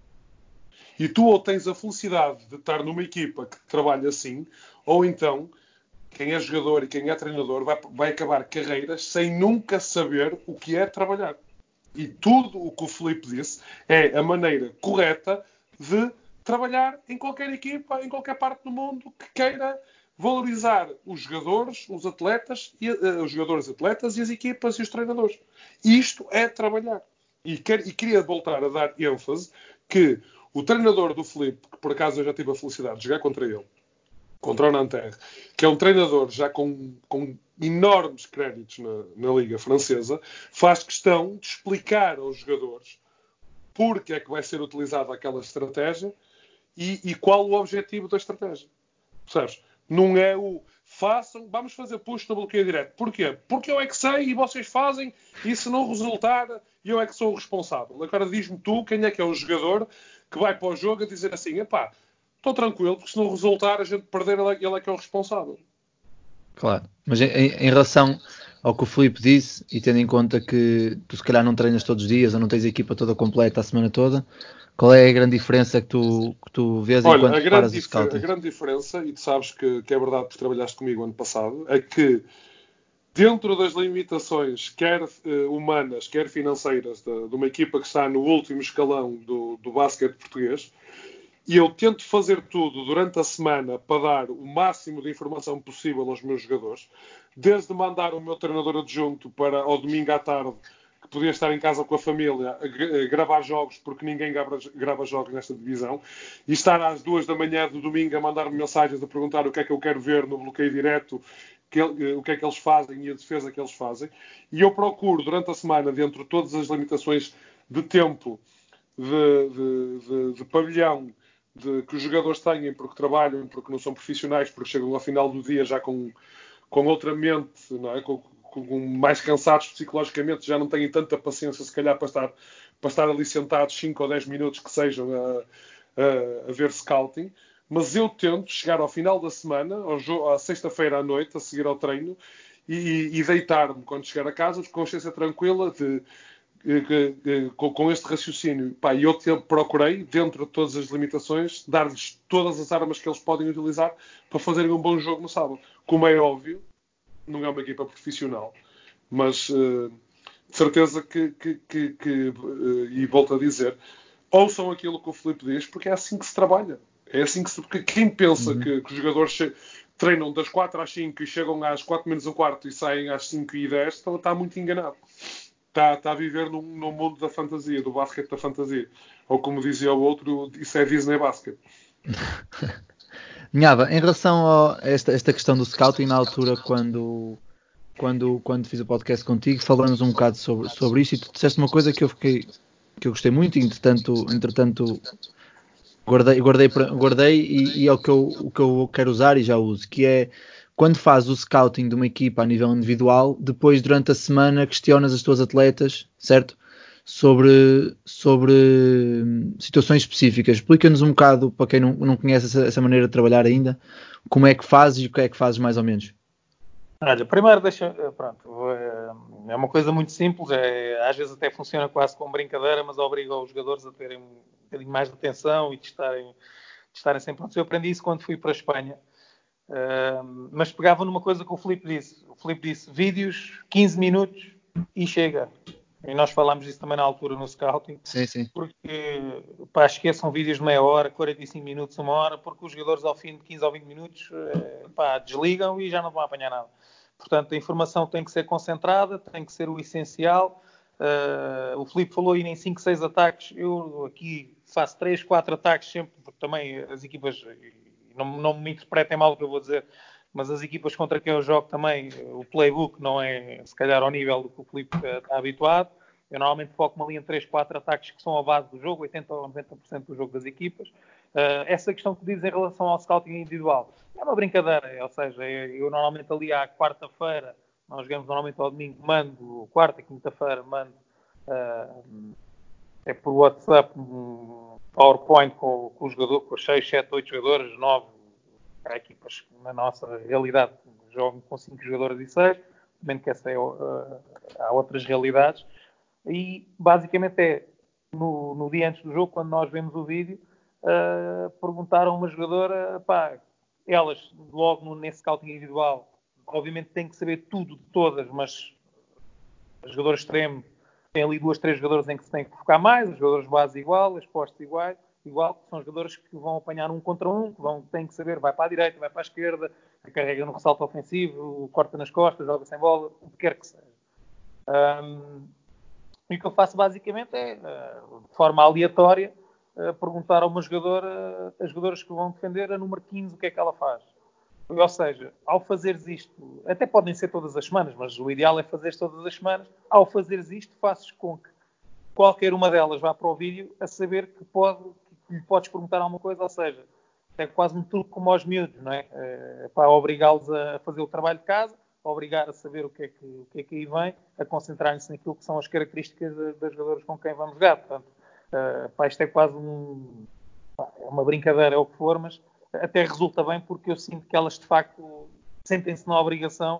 E tu ou tens a felicidade de estar numa equipa que trabalha assim, ou então quem é jogador e quem é treinador vai, vai acabar carreiras sem nunca saber o que é trabalhar. E tudo o que o Filipe disse é a maneira correta de trabalhar em qualquer equipa, em qualquer parte do mundo que queira valorizar os jogadores, os atletas, e, uh, os jogadores atletas e as equipas e os treinadores. Isto é trabalhar. E, quer, e queria voltar a dar ênfase que o treinador do Filipe, que por acaso eu já tive a felicidade de jogar contra ele, contra o Nanterre, que é um treinador já com, com enormes créditos na, na Liga Francesa, faz questão de explicar aos jogadores porque é que vai ser utilizada aquela estratégia e, e qual o objetivo da estratégia. Percebes? Não é o façam, vamos fazer push no bloqueio direto. Porquê? Porque eu é que sei e vocês fazem e se não resultar, eu é que sou o responsável. Agora diz-me tu quem é que é o jogador que vai para o jogo a dizer assim, epá, estou tranquilo, porque se não resultar, a gente perder, ele é, ele é que é o responsável. Claro. Mas em, em relação ao que o Filipe disse, e tendo em conta que tu se calhar não treinas todos os dias ou não tens a equipa toda completa a semana toda, qual é a grande diferença que tu, que tu vês Olha, enquanto a preparas grande, o dif- a scouting? grande diferença, e tu sabes que, que é verdade porque trabalhaste comigo ano passado, é que dentro das limitações, quer eh, humanas, quer financeiras, de, de uma equipa que está no último escalão do, do basquete português, e eu tento fazer tudo durante a semana para dar o máximo de informação possível aos meus jogadores, desde mandar o meu treinador adjunto para ao domingo à tarde, que podia estar em casa com a família, a gra- a gravar jogos, porque ninguém grava, grava jogos nesta divisão, e estar às duas da manhã do domingo a mandar-me mensagens a perguntar o que é que eu quero ver no bloqueio direto, que, o que é que eles fazem e a defesa que eles fazem. E eu procuro, durante a semana, dentro de todas as limitações de tempo, de, de, de, de pavilhão, de, que os jogadores têm porque trabalham, porque não são profissionais, porque chegam ao final do dia já com, com outra mente, não é? com, com mais cansados psicologicamente, já não têm tanta paciência se calhar para estar, para estar ali sentados cinco ou dez minutos que sejam a, a, a ver scouting. Mas eu tento chegar ao final da semana, ao à sexta-feira à noite, a seguir ao treino, e, e deitar-me quando chegar a casa, de consciência tranquila, de, de, de, com, com este raciocínio. Pá, eu te, procurei, dentro de todas as limitações, dar-lhes todas as armas que eles podem utilizar para fazerem um bom jogo no sábado. Como é óbvio, não é uma equipa profissional, mas uh, de certeza que, que, que, que uh, e volto a dizer, ouçam aquilo que o Filipe diz, porque é assim que se trabalha. É assim que se... Porque quem pensa Uhum. que, que os jogadores che... treinam das quatro às cinco e chegam às quatro menos um quarto e saem às cinco e dez, está, está muito enganado. Está, está a viver num, num mundo da fantasia, do basquete da fantasia. Ou como dizia o outro, isso é Disney Basket. Nhava, em relação a esta, esta questão do scouting, na altura quando, quando, quando fiz o podcast contigo, falamos um bocado sobre, sobre isto e tu disseste uma coisa que eu fiquei que eu gostei muito e entretanto, entretanto guardei, guardei, guardei e, e é o que, eu, o que eu quero usar e já uso, que é quando fazes o scouting de uma equipa a nível individual, depois durante a semana questionas as tuas atletas, certo? Sobre, sobre situações específicas. Explica-nos um bocado, para quem não, não conhece essa, essa maneira de trabalhar ainda, como é que fazes e o que é que fazes mais ou menos. Olha, primeiro deixa, pronto, é uma coisa muito simples, é, às vezes até funciona quase como brincadeira, mas obriga os jogadores a terem um bocadinho mais de atenção e de estarem, de estarem sempre prontos. Eu aprendi isso quando fui para a Espanha, uh, mas pegava numa coisa que o Filipe disse. O Filipe disse, vídeos, quinze minutos e chega. E nós falámos disso também na altura no scouting, Sim, sim. porque pá, esqueçam vídeos de meia hora, quarenta e cinco minutos, uma hora, porque os jogadores ao fim de quinze ou vinte minutos pá, desligam e já não vão apanhar nada. Portanto, a informação tem que ser concentrada, tem que ser o essencial. Uh, o Filipe falou aí em cinco, seis ataques. Eu aqui faço três, quatro ataques sempre, porque também as equipas, não, não me interpretem mal o que eu vou dizer, mas as equipas contra quem eu jogo também, o playbook não é, se calhar, ao nível do que o Filipe está habituado. Eu normalmente foco-me ali em três, quatro ataques que são a base do jogo, oitenta ou noventa por cento do jogo das equipas. Uh, essa questão que diz em relação ao scouting individual é uma brincadeira, ou seja, eu, eu normalmente ali à quarta-feira, nós jogamos normalmente ao domingo, mando, quarta e quinta-feira, mando uh, é por WhatsApp um PowerPoint com, com os jogadores, com os seis, sete, oito jogadores, nove, há equipas que na nossa realidade jogam com cinco jogadores e seis, também que essa é, uh, há outras realidades, e basicamente é no, no dia antes do jogo, quando nós vemos o vídeo, uh, perguntaram a uma jogadora, pá, elas logo no, nesse scouting individual, obviamente têm que saber tudo de todas, mas os jogadores extremo têm ali duas, três jogadores em que se tem que focar mais, os jogadores base igual, as postes iguais, igual, que são jogadores que vão apanhar um contra um, que vão, têm que saber, vai para a direita, vai para a esquerda, carrega no ressalto ofensivo, corta nas costas, joga sem bola, o que quer que seja. Um, e o que eu faço basicamente é, de forma aleatória, perguntar a uma jogadora, as jogadoras que vão defender, a número quinze, o que é que ela faz. Ou seja, ao fazeres isto, até podem ser todas as semanas, mas o ideal é fazeres todas as semanas, ao fazeres isto, fazes com que qualquer uma delas vá para o vídeo a saber que, pode, que lhe podes perguntar alguma coisa, ou seja, é quase um truque como aos miúdos, não é? É para obrigá-los a fazer o trabalho de casa, a obrigar a saber o que é que, o que, é que aí vem, a concentrarem-se naquilo que são as características das jogadoras com quem vamos jogar. Portanto, uh, pá, isto é quase um, pá, é uma brincadeira, é o que for, mas até resulta bem porque eu sinto que elas, de facto, sentem-se na obrigação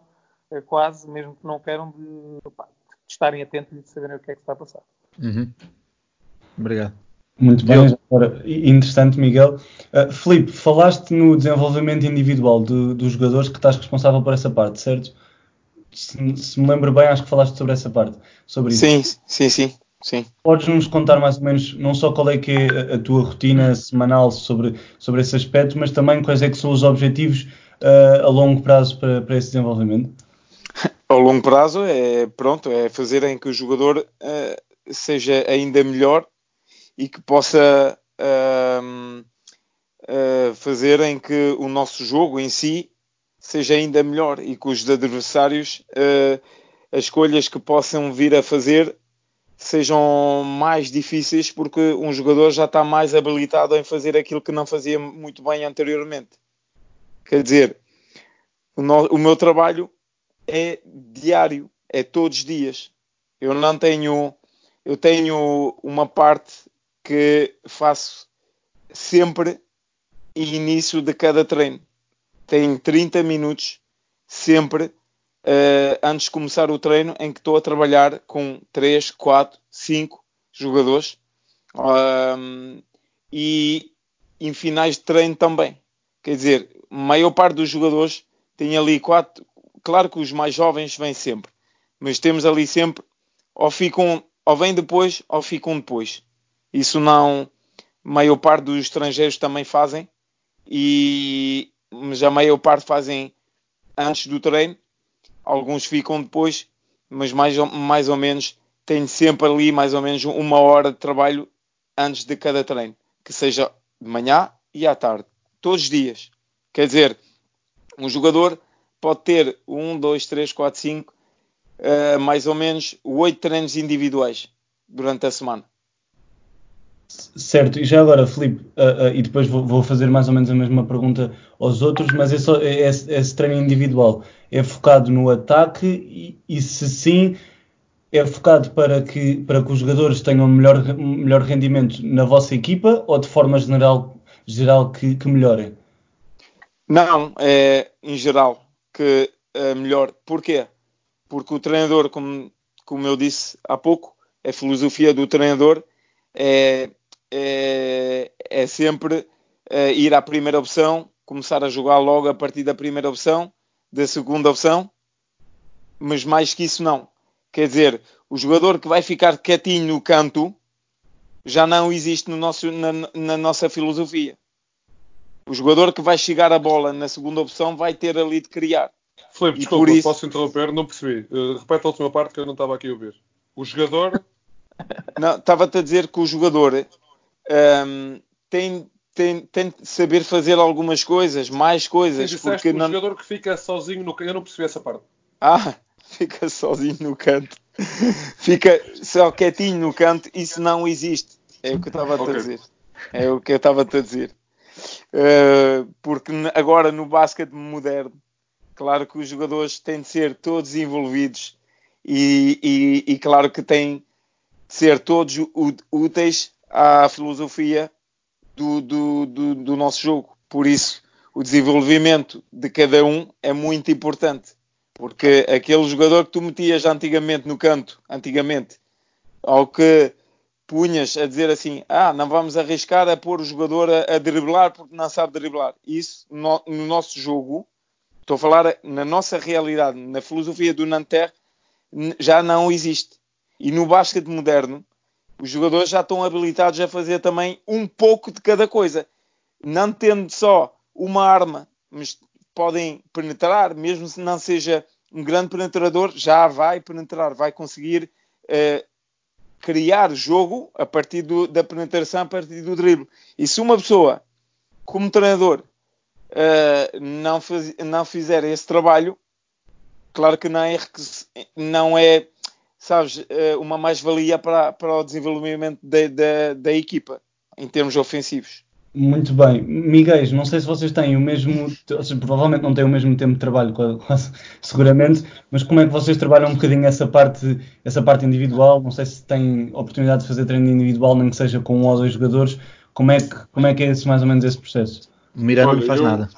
é quase, mesmo que não queiram, de, opa, de estarem atentos e de saberem o que é que está a passar. Uhum. Obrigado. Muito bem, agora, interessante, Miguel. Uh, Filipe, falaste no desenvolvimento individual de, dos jogadores, que estás responsável por essa parte, certo? Se, se me lembro bem, acho que falaste sobre essa parte, sobre isso. Sim, sim, sim, sim. Podes-nos contar mais ou menos, não só qual é que é a, a tua rotina semanal sobre, sobre esse aspecto, mas também quais é que são os objetivos uh, a longo prazo para, para esse desenvolvimento? Ao longo prazo é, pronto, é fazer em que o jogador uh, seja ainda melhor e que possa uh, uh, fazer em que o nosso jogo em si seja ainda melhor e que os adversários, uh, as escolhas que possam vir a fazer sejam mais difíceis, porque um jogador já está mais habilitado em fazer aquilo que não fazia muito bem anteriormente. Quer dizer, o, no, o meu trabalho é diário, é todos os dias. Eu não tenho, eu tenho uma parte que faço sempre início de cada treino. Tenho trinta minutos sempre uh, antes de começar o treino em que estou a trabalhar com três, quatro, cinco jogadores um, e em finais de treino também. Quer dizer, a maior parte dos jogadores tem ali quatro. Claro que os mais jovens vêm sempre, mas temos ali sempre, ou ficam, ou vêm depois, ou ficam depois. Isso não, a maior parte dos estrangeiros também fazem, e, mas a maior parte fazem antes do treino, alguns ficam depois, mas mais, mais ou menos tenho sempre ali mais ou menos uma hora de trabalho antes de cada treino, que seja de manhã e à tarde, todos os dias. Quer dizer, um jogador pode ter um, dois, três, quatro, cinco, uh, mais ou menos oito treinos individuais durante a semana. Certo, e já agora, Filipe, uh, uh, e depois vou, vou fazer mais ou menos a mesma pergunta aos outros, mas esse, esse, esse treino individual é focado no ataque e, e se sim, é focado para que, para que os jogadores tenham melhor, melhor rendimento na vossa equipa ou de forma general, geral que, que melhorem? Não, é em geral que é melhor. Porquê? Porque o treinador, como, como eu disse há pouco, a filosofia do treinador é, é, é sempre é, ir à primeira opção, começar a jogar logo a partir da primeira opção, da segunda opção, mas mais que isso não. Quer dizer, o jogador que vai ficar quietinho no canto já não existe no nosso, na, na nossa filosofia. O jogador que vai chegar a bola na segunda opção vai ter ali de criar. Filipe, E desculpa, por isso... posso interromper? Não percebi. Uh, repete a última parte que eu não estava aqui a ouvir. O jogador... Não, estava-te a dizer que o jogador um, tem, tem, tem de saber fazer algumas coisas, mais coisas. Sim, porque o não... jogador que fica sozinho no canto. Eu não percebi essa parte. Ah, fica sozinho no canto. Fica só quietinho no canto. Isso não existe. É o que eu estava-te okay. a dizer. É o que eu estava-te a dizer. Uh, porque agora no basquete moderno, claro que os jogadores têm de ser todos envolvidos e, e, e claro que têm de ser todos úteis à filosofia do, do, do, do nosso jogo. Por isso, o desenvolvimento de cada um é muito importante. Porque aquele jogador que tu metias antigamente no canto, antigamente, ao que punhas a dizer assim, ah, não vamos arriscar a pôr o jogador a, a driblar porque não sabe driblar. Isso, no, no nosso jogo, estou a falar na nossa realidade, na filosofia do Nanterre, já não existe. E no basquete moderno, os jogadores já estão habilitados a fazer também um pouco de cada coisa. Não tendo só uma arma, mas podem penetrar, mesmo se não seja um grande penetrador, já vai penetrar, vai conseguir uh, criar jogo a partir do, da penetração, a partir do drible. E se uma pessoa, como treinador, uh, não, faz, não fizer esse trabalho, claro que não é, não é sabes, uh, uma mais-valia para, para o desenvolvimento da, da, da equipa, em termos ofensivos. Muito bem. Miguel, não sei se vocês têm o mesmo, ou seja, provavelmente não têm o mesmo tempo de trabalho, seguramente, mas como é que vocês trabalham um bocadinho essa parte, essa parte individual? Não sei se têm oportunidade de fazer treino individual, nem que seja com um ou dois jogadores. Como é que, como é, que é esse, mais ou menos esse processo? O Miranda não faz eu, nada.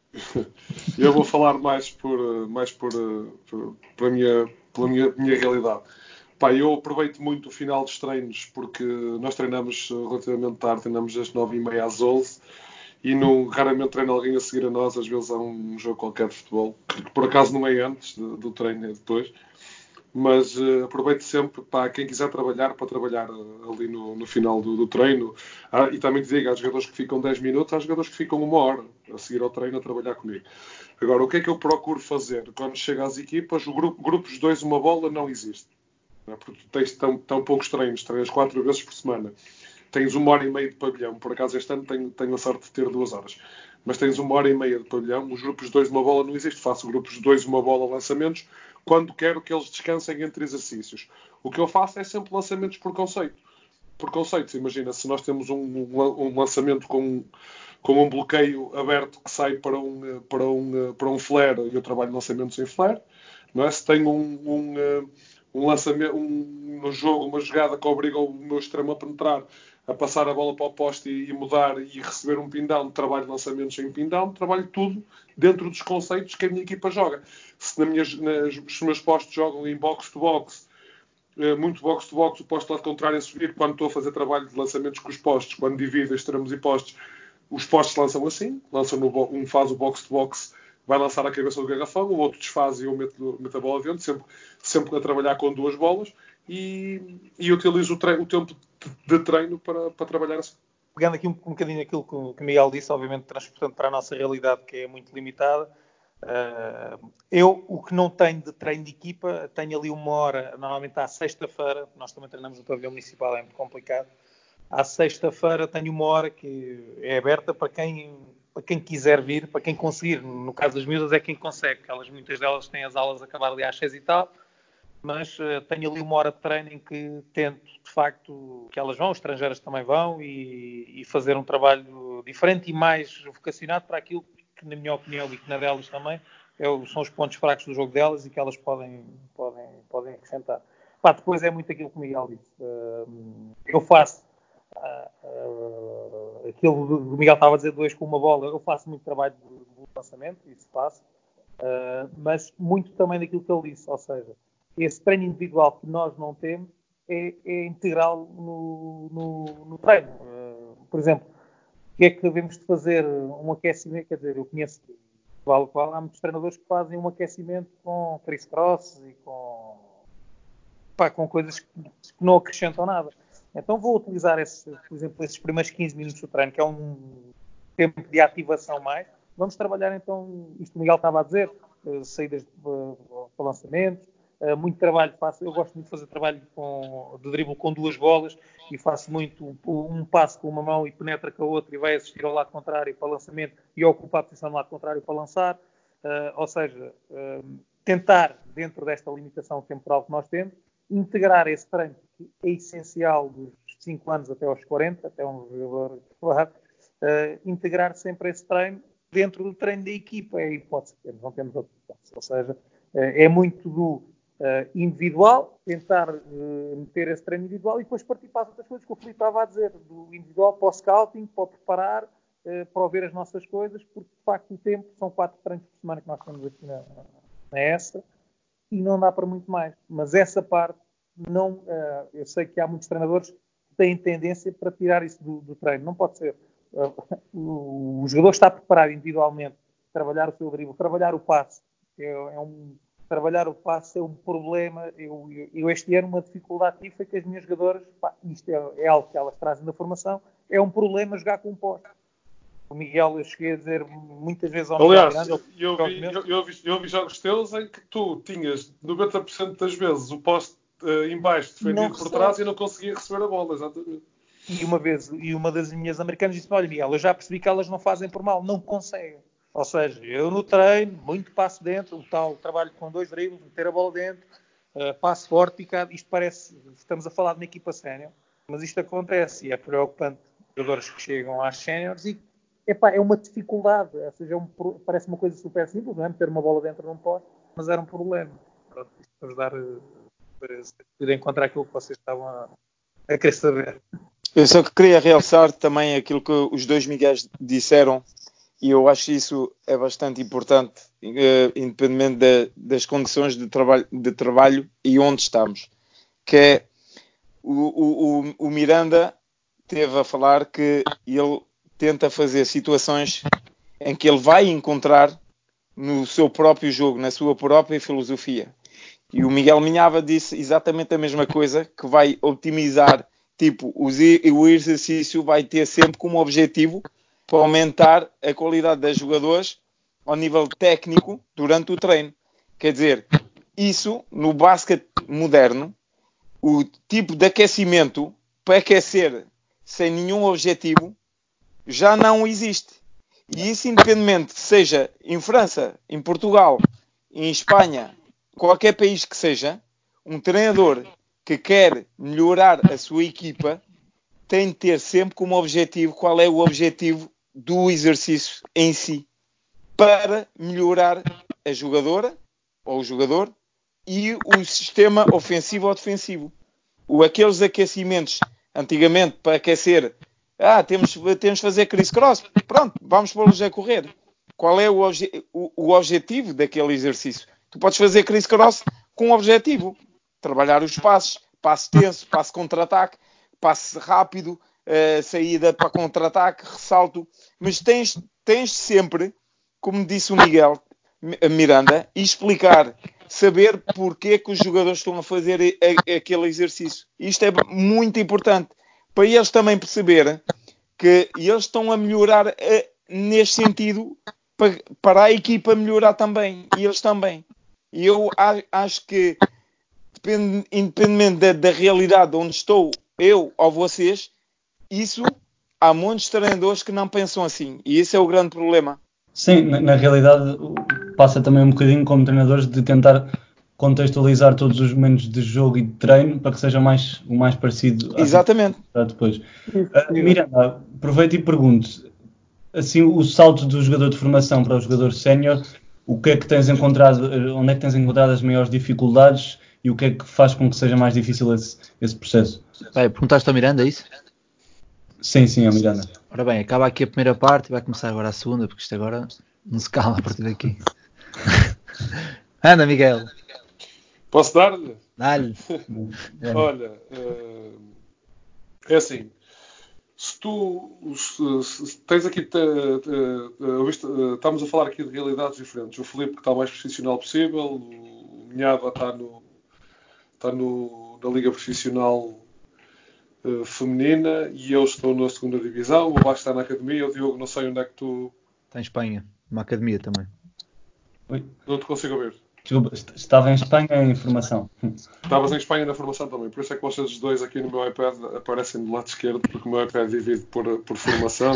Eu vou falar mais por, mais por, por, por a minha, pela minha, minha realidade. Pá, eu aproveito muito o final dos treinos porque nós treinamos relativamente tarde, treinamos das nove e meia às onze e não, raramente treina alguém a seguir a nós, às vezes há um jogo qualquer de futebol, que por acaso não é antes do, do treino, é depois. Mas uh, aproveito sempre para quem quiser trabalhar, para trabalhar uh, ali no, no final do, do treino. Ah, e também te digo, há jogadores que ficam dez minutos, há jogadores que ficam uma hora a seguir ao treino a trabalhar comigo. Agora, o que é que eu procuro fazer? Quando chego às equipas, o grupo, grupos de dois, uma bola, não existe. Não é? Porque tu tens tão, tão poucos treinos, treinas quatro vezes por semana. Tens uma hora e meia de pavilhão. Por acaso este ano tenho, tenho a sorte de ter duas horas. Mas tens uma hora e meia de pavilhão. Os grupos de dois, uma bola não existe. Faço grupos de dois, uma bola, lançamentos, quando quero que eles descansem entre exercícios. O que eu faço é sempre lançamentos por conceito. Por conceito, imagina, se nós temos um, um, um lançamento com, com um bloqueio aberto que sai para um, para um, para um flare, e eu trabalho lançamentos em flare, não é? Se tenho um, um, um lançamento, um, no jogo, uma jogada que obriga o meu extremo a penetrar, a passar a bola para o poste e, e mudar e receber um pin-down, trabalho lançamentos em pin-down, trabalho tudo dentro dos conceitos que a minha equipa joga. Se, na minha, nas, se os meus postos jogam em box-to-box, muito box-to-box, o posto lado contrário a subir, quando estou a fazer trabalho de lançamentos com os postos, quando divido extremos e postos, os postos lançam assim, lançam no, um faz o box-to-box, vai lançar a cabeça do garrafão, o outro desfaz e eu meto, meto a bola dentro, sempre, sempre a trabalhar com duas bolas, e, e utilizo o, treino, o tempo de treino para, para trabalhar assim. Pegando aqui um, um bocadinho aquilo que o Miguel disse, obviamente transportando para a nossa realidade, que é muito limitada, uh, eu, o que não tenho de treino de equipa, tenho ali uma hora, normalmente à sexta-feira, nós também treinamos no pavilhão municipal, é muito complicado, à sexta-feira tenho uma hora que é aberta para quem, para quem quiser vir, para quem conseguir. No caso das miúdas é quem consegue, elas, muitas delas têm as aulas a acabar ali às seis e tal, mas uh, tenho ali uma hora de treino em que tento, de facto, que elas vão, os estrangeiras também vão, e, e fazer um trabalho diferente e mais vocacionado para aquilo que, na minha opinião, e que na delas também, é, são os pontos fracos do jogo delas e que elas podem, podem, podem acrescentar. Pá, depois é muito aquilo que o Miguel disse. Uh, eu faço uh, uh, aquilo que o Miguel estava a dizer, dois com uma bola, eu faço muito trabalho de, de lançamento, isso faço, uh, mas muito também daquilo que ele disse, ou seja, esse treino individual que nós não temos é, é integral no, no, no treino. Uh, por exemplo, o que é que devemos de fazer? Um aquecimento, quer dizer, eu conheço, vale qual, há muitos treinadores que fazem um aquecimento com criss-cross e com, pá, com coisas que, que não acrescentam nada. Então vou utilizar, esse, por exemplo, esses primeiros quinze minutos do treino, que é um tempo de ativação mais. Vamos trabalhar então, isto o Miguel estava a dizer, uh, saídas para lançamentos, Uh, muito trabalho faço, eu gosto muito de fazer trabalho com, de drible com duas bolas e faço muito um, um passo com uma mão e penetra com a outra e vai assistir ao lado contrário para lançamento e ocupa a posição do lado contrário para lançar, uh, ou seja, uh, tentar dentro desta limitação temporal que nós temos, integrar esse treino que é essencial dos cinco anos até aos quarenta, até um jogador claro, uh, integrar sempre esse treino dentro do treino da equipa, é a hipótese que temos, não temos outra hipótese, ou seja, uh, é muito do Uh, individual, tentar uh, meter esse treino individual e depois partir para as outras coisas que o Filipe estava a dizer, do individual para o scouting, para o preparar, uh, para ouvir as nossas coisas, porque de facto o tempo, são quatro treinos por semana que nós temos aqui na, na ESA e não dá para muito mais. Mas essa parte, não, uh, eu sei que há muitos treinadores que têm tendência para tirar isso do, do treino. Não pode ser. Uh, o, o jogador está preparado individualmente, trabalhar o seu drible, trabalhar o passe, é, é um trabalhar o passe é um problema. Eu, eu, eu este ano uma dificuldade tive foi que as minhas jogadoras, pá, isto é, é algo que elas trazem na formação, é um problema jogar com um poste. O Miguel, eu cheguei a dizer muitas vezes ao Aliás, Miguel Miranda, eu, vi, eu, eu, vi, eu vi jogos teus em que tu tinhas noventa por cento das vezes o poste uh, em baixo defendido por trás e não conseguia receber a bola, exatamente. E uma vez, e uma das minhas americanas disse: olha Miguel, eu já percebi que elas não fazem por mal, não conseguem. Ou seja, eu no treino, muito passo dentro, o tal trabalho com dois dribles, meter a bola dentro, uh, passo forte, picado. Isto parece, estamos a falar de uma equipa sénior, mas isto acontece e é preocupante. Jogadores que chegam às séniores e epá, é uma dificuldade. Ou seja, é um, parece uma coisa super simples, não é? Meter uma bola dentro de um poste, mas era um problema. Pronto, isto para ajudar a encontrar aquilo que vocês estavam a, a querer saber. Eu só que queria realçar também aquilo que os dois Miguéis disseram, e eu acho que isso é bastante importante, uh, independente de, das condições de trabalho, de trabalho e onde estamos. Que é, o, o, o Miranda teve a falar que ele tenta fazer situações em que ele vai encontrar no seu próprio jogo, na sua própria filosofia. E o Miguel Minhava disse exatamente a mesma coisa, que vai otimizar, tipo, o exercício vai ter sempre como objetivo para aumentar a qualidade dos jogadores ao nível técnico durante o treino. Quer dizer, isso no basquete moderno, o tipo de aquecimento para aquecer sem nenhum objetivo já não existe. E isso, independentemente, seja em França, em Portugal, em Espanha, qualquer país que seja, um treinador que quer melhorar a sua equipa tem de ter sempre como objetivo qual é o objetivo do exercício em si, para melhorar a jogadora ou o jogador e o sistema ofensivo ou defensivo. O, aqueles aquecimentos antigamente para aquecer, ah, temos, temos de fazer criss-cross, pronto, vamos pô-los a correr. Qual é o, obje, o, o objetivo daquele exercício? Tu podes fazer criss-cross com um objetivo, trabalhar os passos, passo tenso, passo contra-ataque, passe rápido, uh, saída para contra-ataque, ressalto, mas tens, tens sempre, como disse o Miguel Miranda, explicar, saber porque que os jogadores estão a fazer a, a, aquele exercício. Isto é muito importante, para eles também perceberem que eles estão a melhorar a, neste sentido, para, para a equipa melhorar também, e eles também. E eu a, acho que, depend, independentemente da, da realidade onde estou, eu ou vocês, isso há muitos treinadores que não pensam assim. E esse é o grande problema. Sim, na, na realidade passa também um bocadinho como treinadores de tentar contextualizar todos os momentos de jogo e de treino para que seja mais, o mais parecido Exatamente. a depois. Uh, Miranda, aproveito e pergunto, assim, o salto do jogador de formação para o jogador sénior, o que é que tens encontrado, onde é que tens encontrado as maiores dificuldades e o que é que faz com que seja mais difícil esse, esse processo? Vai, perguntaste ao Miranda, é isso? Sim, sim, ao Miranda. Ora bem, acaba aqui a primeira parte e vai começar agora a segunda, porque isto agora não se cala a partir daqui. Anda, Miguel. Posso dar-lhe? Dá-lhe. Olha, uh, é assim, se tu se, se tens aqui, te, te, te, uh, estamos a falar aqui de realidades diferentes. O Filipe que está o mais profissional possível, o Minhava está, no, está no, na Liga Profissional uh, Feminina e eu estou na segunda divisão, o Vasco está na academia, o Diogo não sei onde é que tu... Está em Espanha, uma academia também. Oi? Não te consigo ouvir. Desculpa, estava em Espanha em formação. Estavas em Espanha na formação também, por isso é que vocês dois aqui no meu iPad aparecem do lado esquerdo, porque o meu iPad é dividido por, por formação.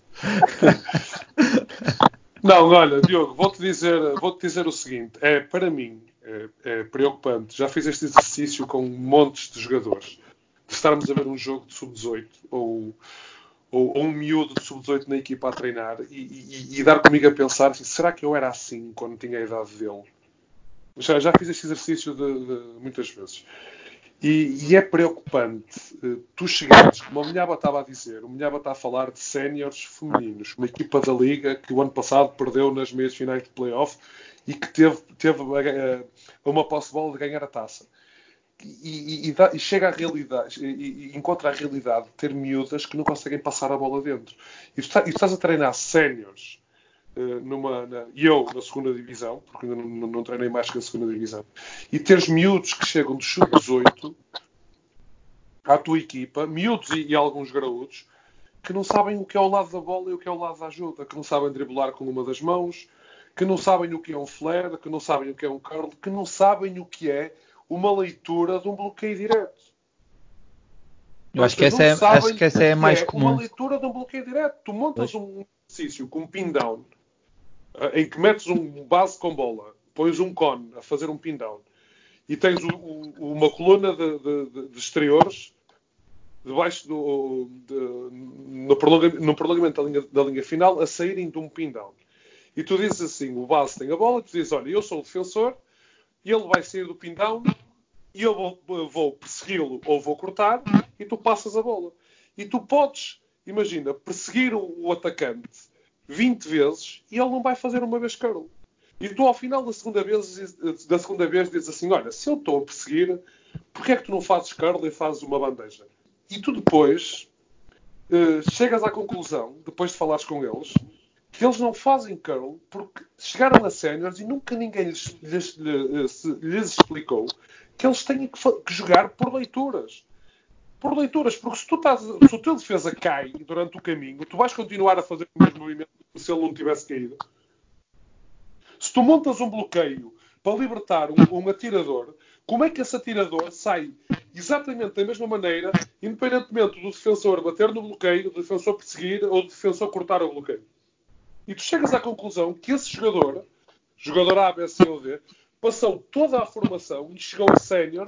Não, olha, Diogo, vou-te dizer, vou-te dizer o seguinte, é, para mim é, é preocupante, já fiz este exercício com montes de jogadores, de estarmos a ver um jogo de sub dezoito ou, ou, ou um miúdo de sub dezoito na equipa a treinar e, e, e dar comigo a pensar assim, será que eu era assim quando tinha a idade dele? Já, já fiz este exercício de, de, muitas vezes. E, e é preocupante uh, tu chegares, como o Minhaba estava a dizer, o Minhaba está a falar de séniores femininos, uma equipa da Liga que o ano passado perdeu nas meias finais de playoff e que teve, teve uh, uma posse de bola de ganhar a taça. E, e, e, dá, e chega à realidade, e, e encontra a realidade de ter miúdas que não conseguem passar a bola dentro. E tu, tá, e tu estás a treinar séniores. Numa, na, e eu na segunda divisão, porque ainda não, não, não treinei mais que a segunda divisão, e teres miúdos que chegam dos sub dezoito à tua equipa, miúdos e, e alguns graúdos, que não sabem o que é o lado da bola e o que é o lado da ajuda, que não sabem driblar com uma das mãos, que não sabem o que é um flare, que não sabem o que é um curl, que não sabem o que é uma leitura de um bloqueio direto. Eu acho que, essa é, acho que essa é a mais comum. Uma leitura de um bloqueio direto. Tu montas pois. um exercício com um pin down, em que metes um base com bola, pões um cone a fazer um pin down e tens o, o, uma coluna de, de, de exteriores debaixo do de, no, prolongamento, no prolongamento da linha, da linha final a saírem de um pin down. E tu dizes assim, o base tem a bola, tu dizes, olha, eu sou o defensor e ele vai sair do pin down e eu vou, vou persegui-lo ou vou cortar e tu passas a bola. E tu podes, imagina, perseguir o, o atacante vinte vezes e ele não vai fazer uma vez curl. E tu ao final da segunda vez, da segunda vez dizes assim, olha, se eu estou a perseguir, porquê é que tu não fazes curl e fazes uma bandeja? E tu depois uh, chegas à conclusão, depois de falares com eles, que eles não fazem curl porque chegaram a séniores e nunca ninguém lhes, lhes, lhes, lhes explicou que eles têm que, que jogar por leituras. Por leituras, porque se, tu estás, se o teu defesa cai durante o caminho, tu vais continuar a fazer o mesmo movimento como se ele não tivesse caído. Se tu montas um bloqueio para libertar um, um atirador, como é que esse atirador sai exatamente da mesma maneira, independentemente do defensor bater no bloqueio, do defensor perseguir ou do defensor cortar o bloqueio? E tu chegas à conclusão que esse jogador, jogador A, B, C ou D, passou toda a formação e chegou a sénior,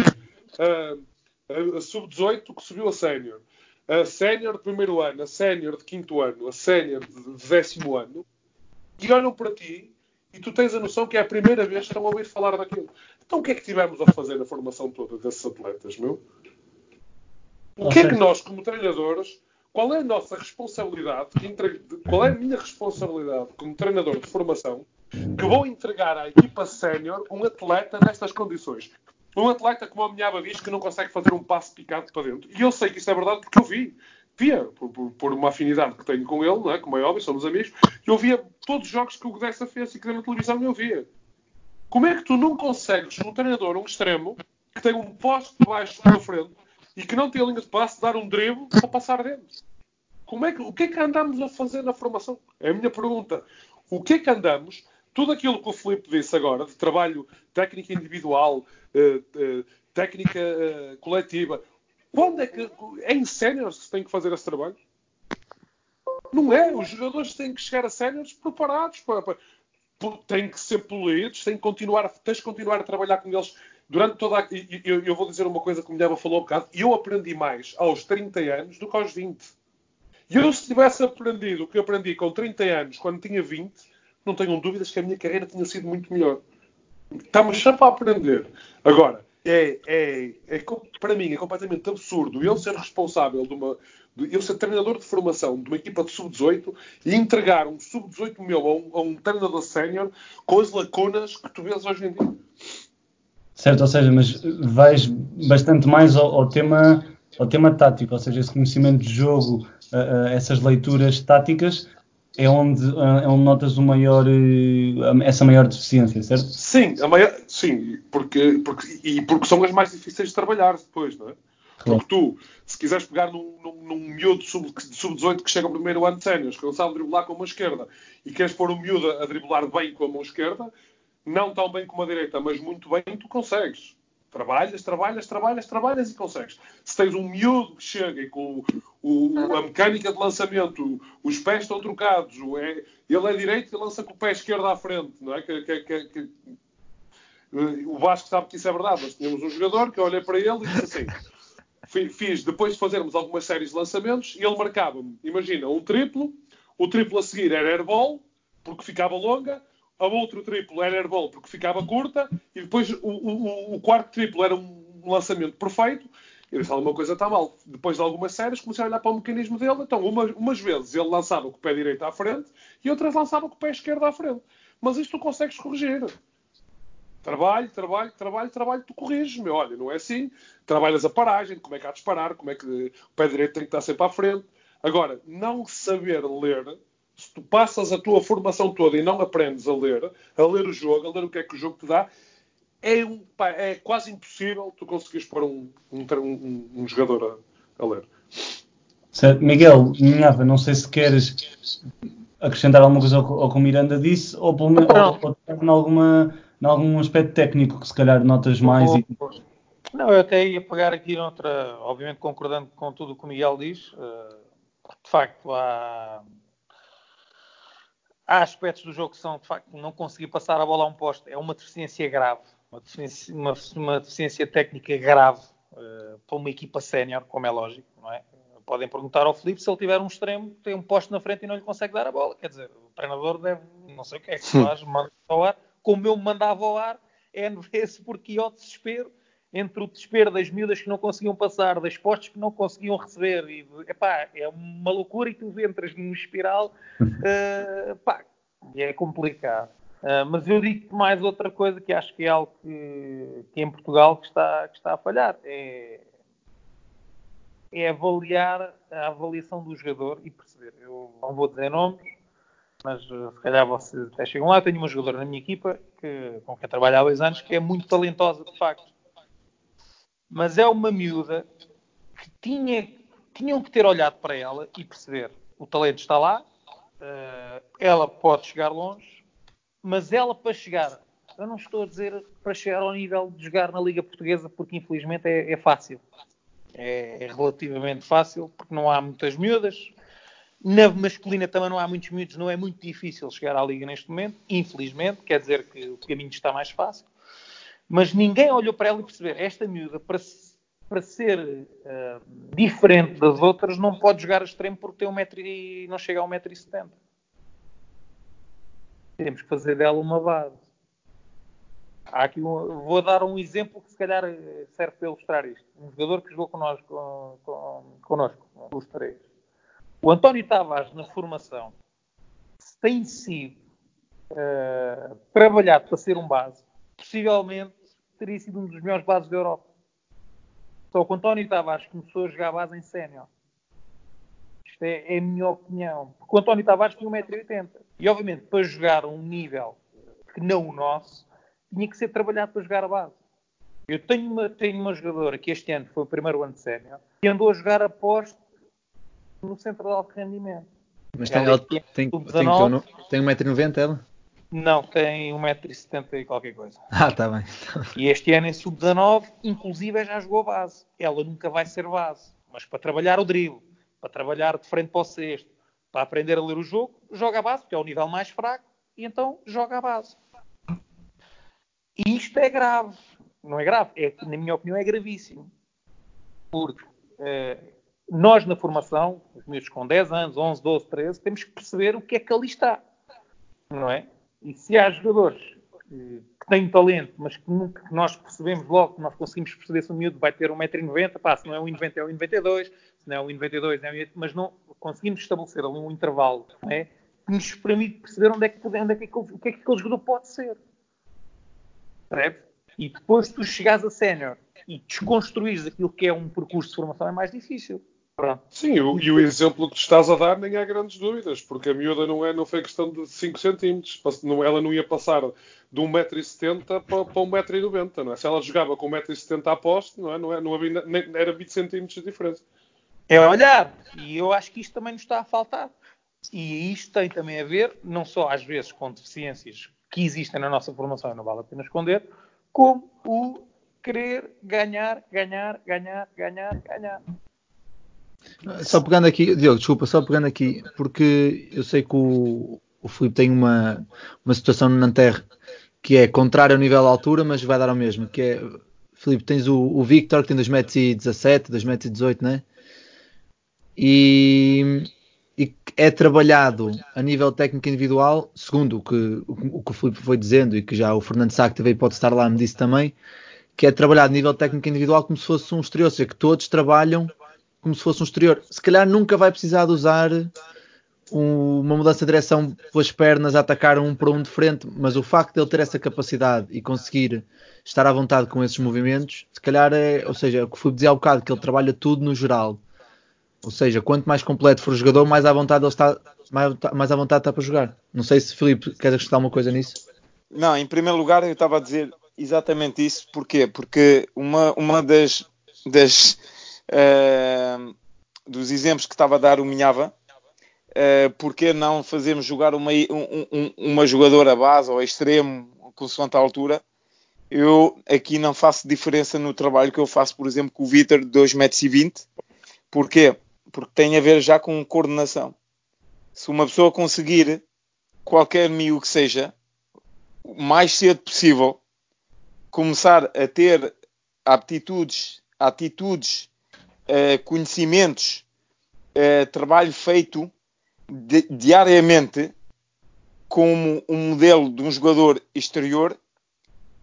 a, a sub dezoito que subiu a sénior, a sénior de primeiro ano, a sénior de quinto ano, a sénior de, de décimo ano, e olham para ti e tu tens a noção que é a primeira vez que estão a ouvir falar daquilo. Então o que é que tivemos a fazer na formação toda desses atletas, meu? O que é que nós, como treinadores, qual é a nossa responsabilidade, qual é a minha responsabilidade como treinador de formação, que vou entregar à equipa sénior um atleta nestas condições? Um atleta, como a Minhava diz, que não consegue fazer um passo picado para dentro. E eu sei que isto é verdade porque eu vi. Via, por, por, por uma afinidade que tenho com ele, não é? Como é óbvio, somos amigos, eu via todos os jogos que o Godessa fez e que na televisão eu via. Como é que tu não consegues, um treinador, um extremo, que tem um poste de baixo pela frente e que não tem a linha de passe, dar um drible para passar dentro? Como é que, o que é que andamos a fazer na formação? É a minha pergunta. O que é que andamos... Tudo aquilo que o Filipe disse agora, de trabalho, técnica individual, eh, eh, técnica eh, coletiva, quando é que... É em séniores que se tem que fazer esse trabalho? Não é. Os jogadores têm que chegar a séniores preparados. Para, para, têm que ser polidos, têm que continuar, tens que continuar a trabalhar com eles durante toda a... E, eu, eu vou dizer uma coisa que o Milhava falou um bocado. Eu aprendi mais aos trinta anos do que aos vinte. E eu, se tivesse aprendido o que eu aprendi com trinta anos, quando tinha vinte... não tenham dúvidas que a minha carreira tinha sido muito melhor. Estamos sempre a aprender. Agora, é, é, é, para mim é completamente absurdo eu ser responsável de uma... De, eu ser treinador de formação de uma equipa de sub dezoito e entregar um sub dezoito meu a um, a um treinador sénior com as lacunas que tu vês hoje em dia. Certo, ou seja, mas vais bastante mais ao, ao tema, ao tema tático, ou seja, esse conhecimento de jogo, uh, uh, essas leituras táticas, é onde, é onde notas o maior, essa maior deficiência, certo? Sim, a maior, sim porque, porque, e porque são as mais difíceis de trabalhar depois, não é? Porque tu, se quiseres pegar num, num, num miúdo sub dezoito que chega ao primeiro ano de séniores, que não sabe driblar com a mão esquerda, e queres pôr um miúdo a driblar bem com a mão esquerda, não tão bem como a direita, mas muito bem, tu consegues. Trabalhas, trabalhas, trabalhas, trabalhas e consegues. Se tens um miúdo que chega e com o, o, a mecânica de lançamento, os pés estão trocados, é, ele é direito e lança com o pé esquerdo à frente, não é? Que, que, que, que, o Vasco sabe que isso é verdade. Nós tínhamos um jogador que eu olhei para ele e disse assim, fiz, depois de fazermos algumas séries de lançamentos, e ele marcava-me, imagina, um triplo, o triplo a seguir era airball, porque ficava longa, a outro triplo era airball porque ficava curta, e depois o, o, o quarto triplo era um lançamento perfeito. Eu disse, alguma coisa está mal. Depois de algumas séries, comecei a olhar para o mecanismo dele. Então, uma, umas vezes ele lançava com o pé direito à frente e outras lançava com o pé esquerdo à frente. Mas isto tu consegues corrigir. Trabalho, trabalho, trabalho, trabalho, tu corriges, meu. Olha, não é assim. Trabalhas a paragem, como é que há de disparar, como é que o pé direito tem que estar sempre à frente. Agora, não saber ler, se tu passas a tua formação toda e não aprendes a ler, a ler o jogo, a ler o que é que o jogo te dá, é, um, pá, é quase impossível tu conseguires pôr um, um, um, um jogador a, a ler. Certo. Miguel, Minhava, não sei se queres acrescentar alguma coisa ao, ao que o Miranda disse, ou pelo menos em alguma, em algum aspecto técnico que se calhar notas mais. E... Não, eu até ia pegar aqui noutra, obviamente concordando com tudo o que o Miguel diz. De facto, há, há aspectos do jogo que são, de facto, não conseguir passar a bola a um poste. É uma deficiência grave, uma deficiência, uma, uma deficiência técnica grave uh, para uma equipa sénior, como é lógico, não é? Podem perguntar ao Filipe se ele tiver um extremo, tem um poste na frente e não lhe consegue dar a bola. Quer dizer, o treinador deve, não sei o que é que faz, manda ao ar, como eu me mandava ao ar, é esse porque ia ao desespero. entre o desespero das miúdas que não conseguiam passar, das postos que não conseguiam receber, e, epá, é uma loucura e tu entras num espiral, uh, pá, é complicado. Uh, mas eu digo mais outra coisa que acho que é algo que, que em Portugal que está, que está a falhar, é, é avaliar a avaliação do jogador e perceber. Eu não vou dizer nomes, mas uh, se calhar vocês até chegam lá. Tenho uma jogadora na minha equipa que, com quem trabalho há dois anos, que é muito talentosa de facto. Mas é uma miúda que tinha, tinham que ter olhado para ela e perceber: o talento está lá, uh, ela pode chegar longe, mas ela para chegar, eu não estou a dizer para chegar ao nível de jogar na Liga Portuguesa, porque infelizmente é, é fácil. É, é relativamente fácil, porque não há muitas miúdas. Na masculina também não há muitos miúdos, não é muito difícil chegar à Liga neste momento, infelizmente, quer dizer que o caminho está mais fácil. Mas ninguém olhou para ela e perceber: esta miúda, para, para ser uh, diferente das outras, não pode jogar a extremo porque tem um metro e não chega a um metro e setenta. Temos que fazer dela uma base. Há aqui um, vou dar um exemplo que se calhar serve para ilustrar isto. Um jogador que jogou connosco, com, com, connosco, os três. O António Tavares, na formação, tem sido uh, trabalhado para ser um base. Possivelmente teria sido um dos melhores bases da Europa. Só que o António Tavares começou a jogar base em sénior. Isto é, é a minha opinião. Porque o António Tavares tinha um metro e oitenta. E, obviamente, para jogar a um nível que não o nosso, tinha que ser trabalhado para jogar a base. Eu tenho uma, tenho uma jogadora que este ano foi o primeiro ano de sénior, que andou a jogar a posto no centro de alto rendimento. Mas tem, ela tem, tem, tem um metro e noventa ela? Não, tem um metro e setenta e qualquer coisa. Ah, está bem. E este ano em sub dezanove, inclusive já jogou base. Ela nunca vai ser base. Mas para trabalhar o drible, para trabalhar de frente para o cesto, para aprender a ler o jogo, joga a base, porque é o nível mais fraco, e então joga a base. E isto é grave. Não é grave, é, na minha opinião é gravíssimo. Porque eh, nós na formação, os miúdos com dez anos, onze, doze, treze, temos que perceber o que é que ali está. Não é? E se há jogadores que, que têm talento, mas que nunca que nós percebemos logo, que nós conseguimos perceber se o miúdo vai ter um metro e noventa, pá, se não é um e noventa é um e noventa e dois, se não é um e noventa e dois é um e noventa e dois, mas não conseguimos estabelecer ali um intervalo, não é? Que nos permite perceber onde é que, onde é que, o que é que aquele jogador pode ser. Percebe? E depois tu chegares a sénior e desconstruires aquilo que é um percurso de formação é mais difícil. Pronto. Sim, o, e o exemplo que tu estás a dar nem há grandes dúvidas, porque a miúda não, é, não foi questão de cinco centímetros. Ela não ia passar de um metro e setenta para, para um metro e noventa, não é? Se ela jogava com um metro e setenta a posto, não é? Não, é, não havia, nem, era vinte centímetros de diferença. É olhar. E eu acho que isto também nos está a faltar. E isto tem também a ver, não só às vezes com deficiências que existem na nossa formação, e não vale a pena esconder, como o querer ganhar, ganhar, ganhar, ganhar, ganhar. Só pegando aqui, Diogo, desculpa, só pegando aqui, porque eu sei que o, o Filipe tem uma, uma situação no Nanterre que é contrária ao nível de altura, mas vai dar ao mesmo, que é, Filipe, tens o, o Victor, que tem dois metros e dezassete, dois metros e dezoito, não é? E, e é trabalhado a nível técnico individual, segundo o que o, o que o Filipe foi dizendo, e que já o Fernando Sá, que teve a hipótese de estar lá, me disse também, que é trabalhado a nível técnico individual como se fosse um exterior, ou seja, que todos trabalham como se fosse um exterior. Se calhar nunca vai precisar de usar um, uma mudança de direção pelas pernas a atacar um para um de frente, mas o facto de ele ter essa capacidade e conseguir estar à vontade com esses movimentos, se calhar é, ou seja, o que fui dizer há bocado, que ele trabalha tudo no geral. Ou seja, quanto mais completo for o jogador, mais à vontade ele está, mais, mais à vontade está para jogar. Não sei se, Filipe, queres acrescentar alguma coisa nisso? Não, em primeiro lugar eu estava a dizer exatamente isso. Porquê? Porque uma, uma das, das uh, dos exemplos que estava a dar o Minhava, uh, porque não fazermos jogar uma, um, um, uma jogadora base ou extremo, consoante a altura. Eu aqui não faço diferença no trabalho que eu faço, por exemplo, com o Vítor de dois metros e vinte. Porquê? Porque tem a ver já com coordenação. Se uma pessoa conseguir, qualquer meio que seja, o mais cedo possível, começar a ter aptitudes, atitudes, uh, conhecimentos, uh, trabalho feito de, diariamente como um modelo de um jogador exterior,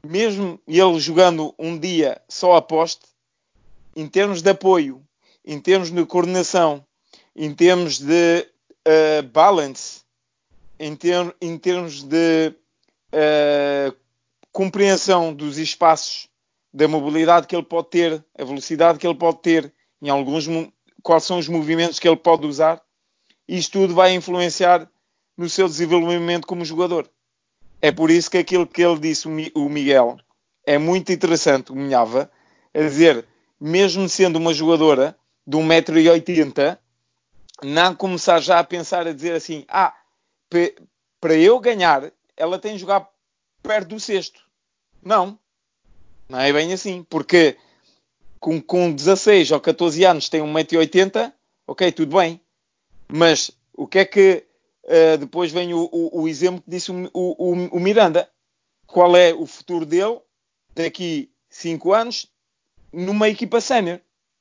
mesmo ele jogando um dia só a poste, em termos de apoio, em termos de coordenação, em termos de uh, balance, em, ter, em termos de uh, compreensão dos espaços, da mobilidade que ele pode ter, a velocidade que ele pode ter, em alguns, quais são os movimentos que ele pode usar, isto tudo vai influenciar no seu desenvolvimento como jogador. É por isso que aquilo que ele disse, o Miguel, é muito interessante, o Minhava, a dizer, mesmo sendo uma jogadora de um metro e oitenta, não começar já a pensar, a dizer assim, ah, para eu ganhar, ela tem de jogar perto do cesto. Não. Não é bem assim. Porque com, com dezasseis ou catorze anos tem um metro e oitenta, ok, tudo bem. Mas o que é que uh, depois vem o, o, o exemplo que disse o, o, o Miranda. Qual é o futuro dele daqui cinco anos numa equipa sénior?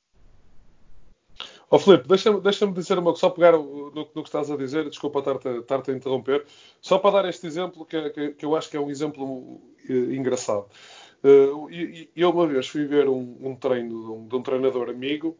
Ó oh, Filipe, deixa-me deixa dizer uma coisa, só pegar no, no que estás a dizer, desculpa estar-te, estar-te a interromper, só para dar este exemplo que, que, que eu acho que é um exemplo uh, engraçado. Uh, e, e eu uma vez fui ver um, um treino de um, de um treinador amigo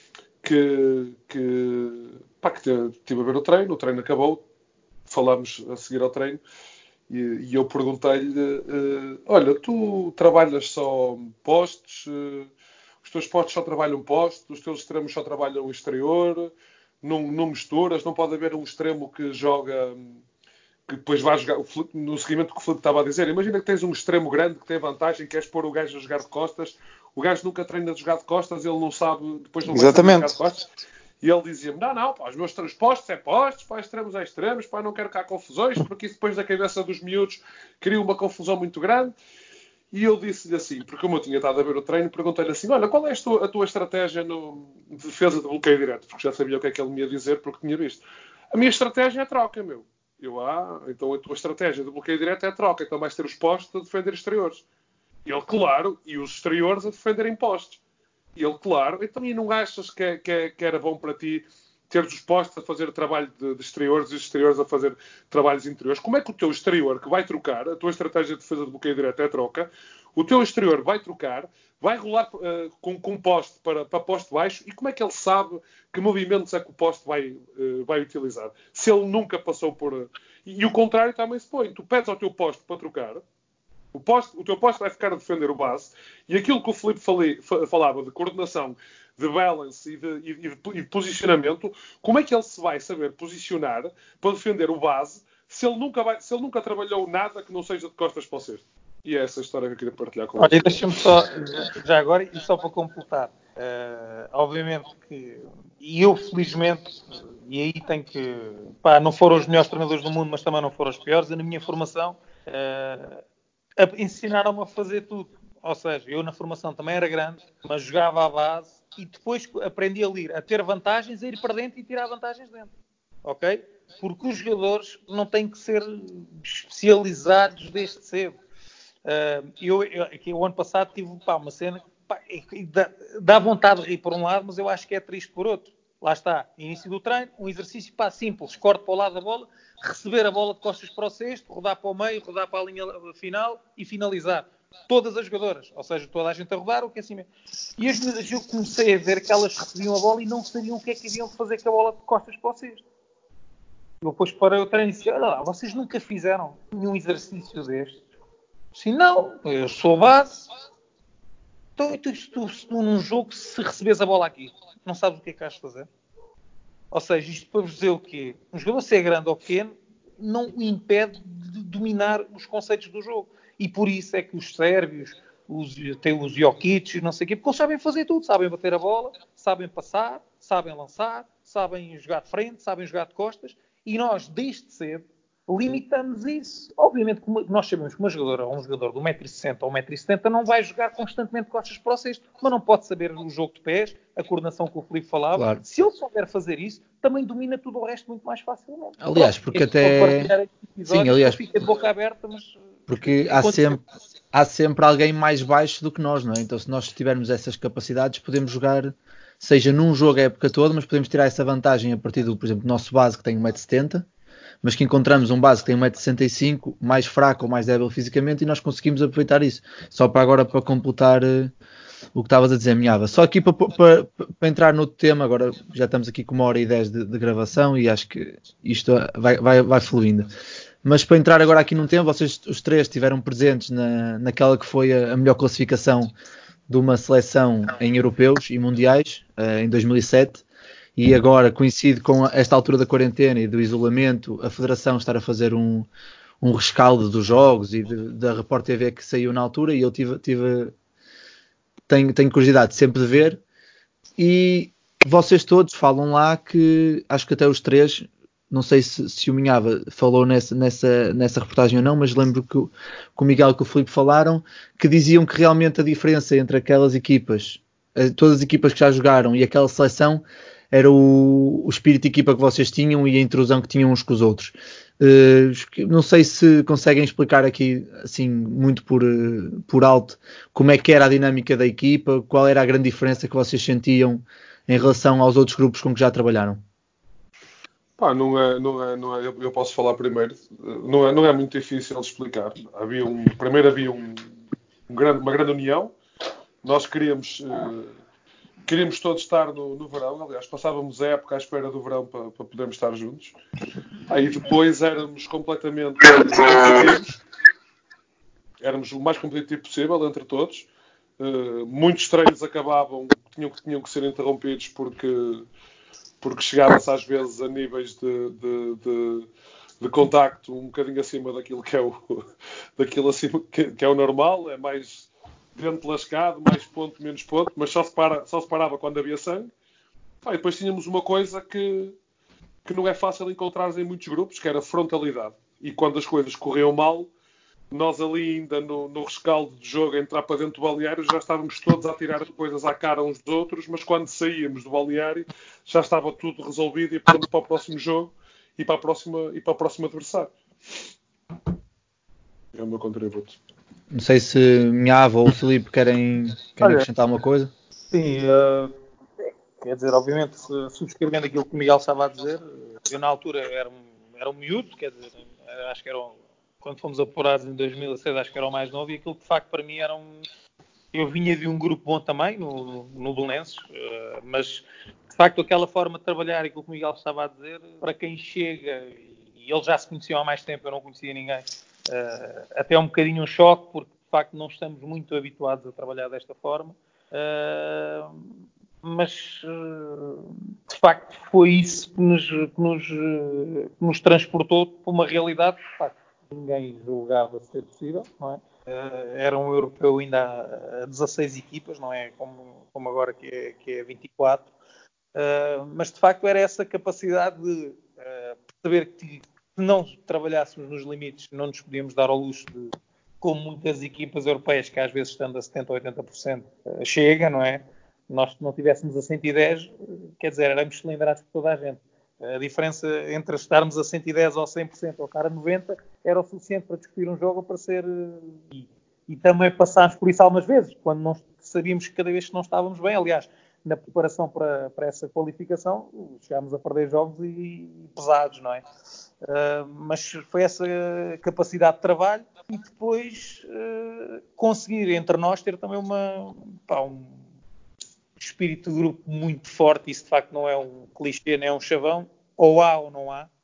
que, que, pá, que estive a ver o treino, o treino acabou, falámos a seguir ao treino e, e eu perguntei-lhe, uh, olha, tu trabalhas só postes, uh, os teus postes só trabalham postes, os teus extremos só trabalham exterior, não, não misturas, não pode haver um extremo que joga... que depois vai jogar, no seguimento que o Filipe estava a dizer, imagina que tens um extremo grande que tem vantagem, queres pôr o gajo a jogar de costas, o gajo nunca treina de jogar de costas, ele não sabe, depois não vai saber jogar de costas, e ele dizia-me, não, não, pá, os meus três postos é postos, pá, extremos é extremos, pá, não quero cá confusões, porque isso depois da cabeça dos miúdos cria uma confusão muito grande. E eu disse-lhe assim, porque como eu tinha estado a ver o treino, perguntei-lhe assim, olha, qual é a tua, a tua estratégia no, de defesa de bloqueio direto? Porque já sabia o que é que ele me ia dizer, porque tinha visto. A minha estratégia é troca, meu. Eu, ah, então a tua estratégia de bloqueio direto é a troca, então vais ter os postos a defender exteriores. Ele, claro, e os exteriores a defenderem postos. Ele, claro, então e não achas que, é, que, é, que era bom para ti teres os postos a fazer trabalho de, de exteriores e os exteriores a fazer trabalhos interiores? Como é que o teu exterior, que vai trocar, a tua estratégia de defesa de bloqueio direto é a troca, o teu exterior vai trocar, vai rolar uh, com, com poste para, para poste baixo, e como é que ele sabe que movimentos é que o poste vai, uh, vai utilizar? Se ele nunca passou por... Uh, e, e o contrário também se põe. Tu pedes ao teu poste para trocar, o, poste, o teu poste vai ficar a defender o base, e aquilo que o Filipe falei, falava de coordenação, de balance e de, e, de, e de posicionamento, como é que ele se vai saber posicionar para defender o base se ele nunca, vai, se ele nunca trabalhou nada que não seja de costas para o cesto? E é essa a história que eu queria partilhar com vocês. Olha, deixa-me só, já agora, e só para completar, uh, obviamente que, e eu felizmente, e aí tenho que, pá, não foram os melhores treinadores do mundo, mas também não foram os piores, e na minha formação uh, ensinaram-me a fazer tudo. Ou seja, eu na formação também era grande, mas jogava à base e depois aprendi a ir, a ter vantagens, a ir para dentro e tirar vantagens dentro. Ok? Porque os jogadores não têm que ser especializados desde cedo. Uh, eu, eu, aqui, o ano passado tive pá, uma cena pá, que dá, dá vontade de rir por um lado, mas eu acho que é triste por outro. Lá está, início do treino, um exercício pá, simples, corte para o lado da bola, receber a bola de costas para o cesto, rodar para o meio, rodar para a linha final e finalizar. Todas as jogadoras, ou seja, toda a gente a rodar, o que é assim mesmo. E as miúdas, eu comecei a ver que elas recebiam a bola e não sabiam o que é que haviam de fazer com a bola de costas para o cesto. Eu depois parei o treino e disse, olha lá, vocês nunca fizeram nenhum exercício destes? Sim, não, eu sou base. Então, tu, tu, tu num jogo, se recebes a bola aqui, não sabes o que é que has de fazer? Ou seja, isto para vos dizer o quê? Um jogador ser grande ou pequeno não o impede de dominar os conceitos do jogo. E por isso é que os sérvios, os, tem os Jokic, não sei o quê, porque eles sabem fazer tudo. Sabem bater a bola, sabem passar, sabem lançar, sabem jogar de frente, sabem jogar de costas. E nós, desde cedo, limitamos isso. Obviamente, como nós sabemos que uma jogadora ou um jogador de um metro e sessenta ou um metro e setenta não vai jogar constantemente costas para o cesto, mas não pode saber o jogo de pés, a coordenação que o Filipe falava. Claro. Se ele souber fazer isso, também domina tudo o resto muito mais facilmente. Aliás, Pronto, porque é até... Sim, aliás, fica de boca aberta, mas... porque há sempre, há sempre alguém mais baixo do que nós, não é? Então, se nós tivermos essas capacidades, podemos jogar, seja num jogo a época toda, mas podemos tirar essa vantagem a partir do, por exemplo, nosso base que tem um metro e setenta. mas que encontramos um base que tem um metro e sessenta e cinco, mais fraco ou mais débil fisicamente, e nós conseguimos aproveitar isso. Só para agora, para completar uh, o que estavas a dizer, Minhava. Só aqui para, para, para entrar no tema, agora já estamos aqui com uma hora e dez de, de gravação e acho que isto vai, vai, vai fluindo. Mas para entrar agora aqui num tema, vocês os três estiveram presentes na, naquela que foi a, a melhor classificação de uma seleção em europeus e mundiais, uh, em dois mil e sete, e agora coincide com esta altura da quarentena e do isolamento, a Federação estar a fazer um, um rescaldo dos jogos e de, da Report T V que saiu na altura, e eu tive, tive tenho, tenho curiosidade sempre de ver, e vocês todos falam lá que, acho que até os três, não sei se, se o Minhava falou nessa, nessa, nessa reportagem ou não, mas lembro que, que o Miguel e que o Filipe falaram, que diziam que realmente a diferença entre aquelas equipas, todas as equipas que já jogaram e aquela seleção, era o, o espírito de equipa que vocês tinham e a intrusão que tinham uns com os outros. Uh, não sei se conseguem explicar aqui, assim, muito por, por alto, como é que era a dinâmica da equipa, qual era a grande diferença que vocês sentiam em relação aos outros grupos com que já trabalharam. Pá, não é, não é, não é, eu posso falar primeiro. Não é, não é muito difícil de explicar. Havia um, primeiro havia um, um grande, uma grande união. Nós queríamos, uh, queríamos todos estar no, no verão. Aliás, passávamos a época à espera do verão para, para podermos estar juntos. Aí depois éramos completamente competitivos. Éramos o mais competitivo possível entre todos. Uh, muitos treinos acabavam, tinham, tinham que ser interrompidos porque... porque chegava-se às vezes a níveis de, de, de, de contacto um bocadinho acima daquilo que é o, daquilo acima, que, que é o normal, é mais vento lascado, mais ponto, menos ponto, mas só se, para, só se parava quando havia sangue. Ah, e depois tínhamos uma coisa que, que não é fácil encontrar em muitos grupos, que era frontalidade. E quando as coisas corriam mal, nós ali ainda no, no rescaldo de jogo, a entrar para dentro do balneário, já estávamos todos a tirar as coisas à cara uns dos outros, mas quando saíamos do balneário já estava tudo resolvido e pronto para o próximo jogo e para, a próxima, e para o próximo adversário. É o meu contributo. Não sei se Minhava ou o Filipe querem, querem acrescentar alguma coisa. Sim, uh, quer dizer, obviamente, subscrevendo aquilo que o Miguel estava a dizer, eu na altura era um, era um miúdo, quer dizer, acho que era um, quando fomos apurados em dois mil e seis, acho que era o mais novo, e aquilo que de facto para mim era um... Eu vinha de um grupo bom também, no, no Belenenses, uh, mas de facto aquela forma de trabalhar, aquilo que o Miguel estava a dizer, para quem chega, e eles já se conheciam há mais tempo, eu não conhecia ninguém, uh, até é um bocadinho um choque, porque de facto não estamos muito habituados a trabalhar desta forma, uh, mas uh, de facto foi isso que nos, que nos, uh, que nos transportou para uma realidade que de facto ninguém julgava ser possível, não é? Uh, era um europeu ainda a dezasseis equipas, não é como, como agora que é, que é vinte e quatro, uh, mas de facto era essa capacidade de uh, perceber que se não trabalhássemos nos limites não nos podíamos dar ao luxo de, como muitas equipas europeias que às vezes estando a setenta ou oitenta por cento uh, chega, não é? Nós se não tivéssemos a cento e dez, quer dizer, éramos cilindrados por toda a gente. A diferença entre estarmos a cento e dez ou cem por cento ou estar a noventa era o suficiente para discutir um jogo ou para ser... E, e também passámos por isso algumas vezes, quando não sabíamos que cada vez que não estávamos bem. Aliás, na preparação para, para essa qualificação, chegámos a perder jogos e, e pesados, não é? Uh, mas foi essa capacidade de trabalho e depois uh, conseguir entre nós ter também uma... Pá, um, espírito de grupo muito forte. Isso de facto não é um clichê nem é um chavão, ou há ou não há,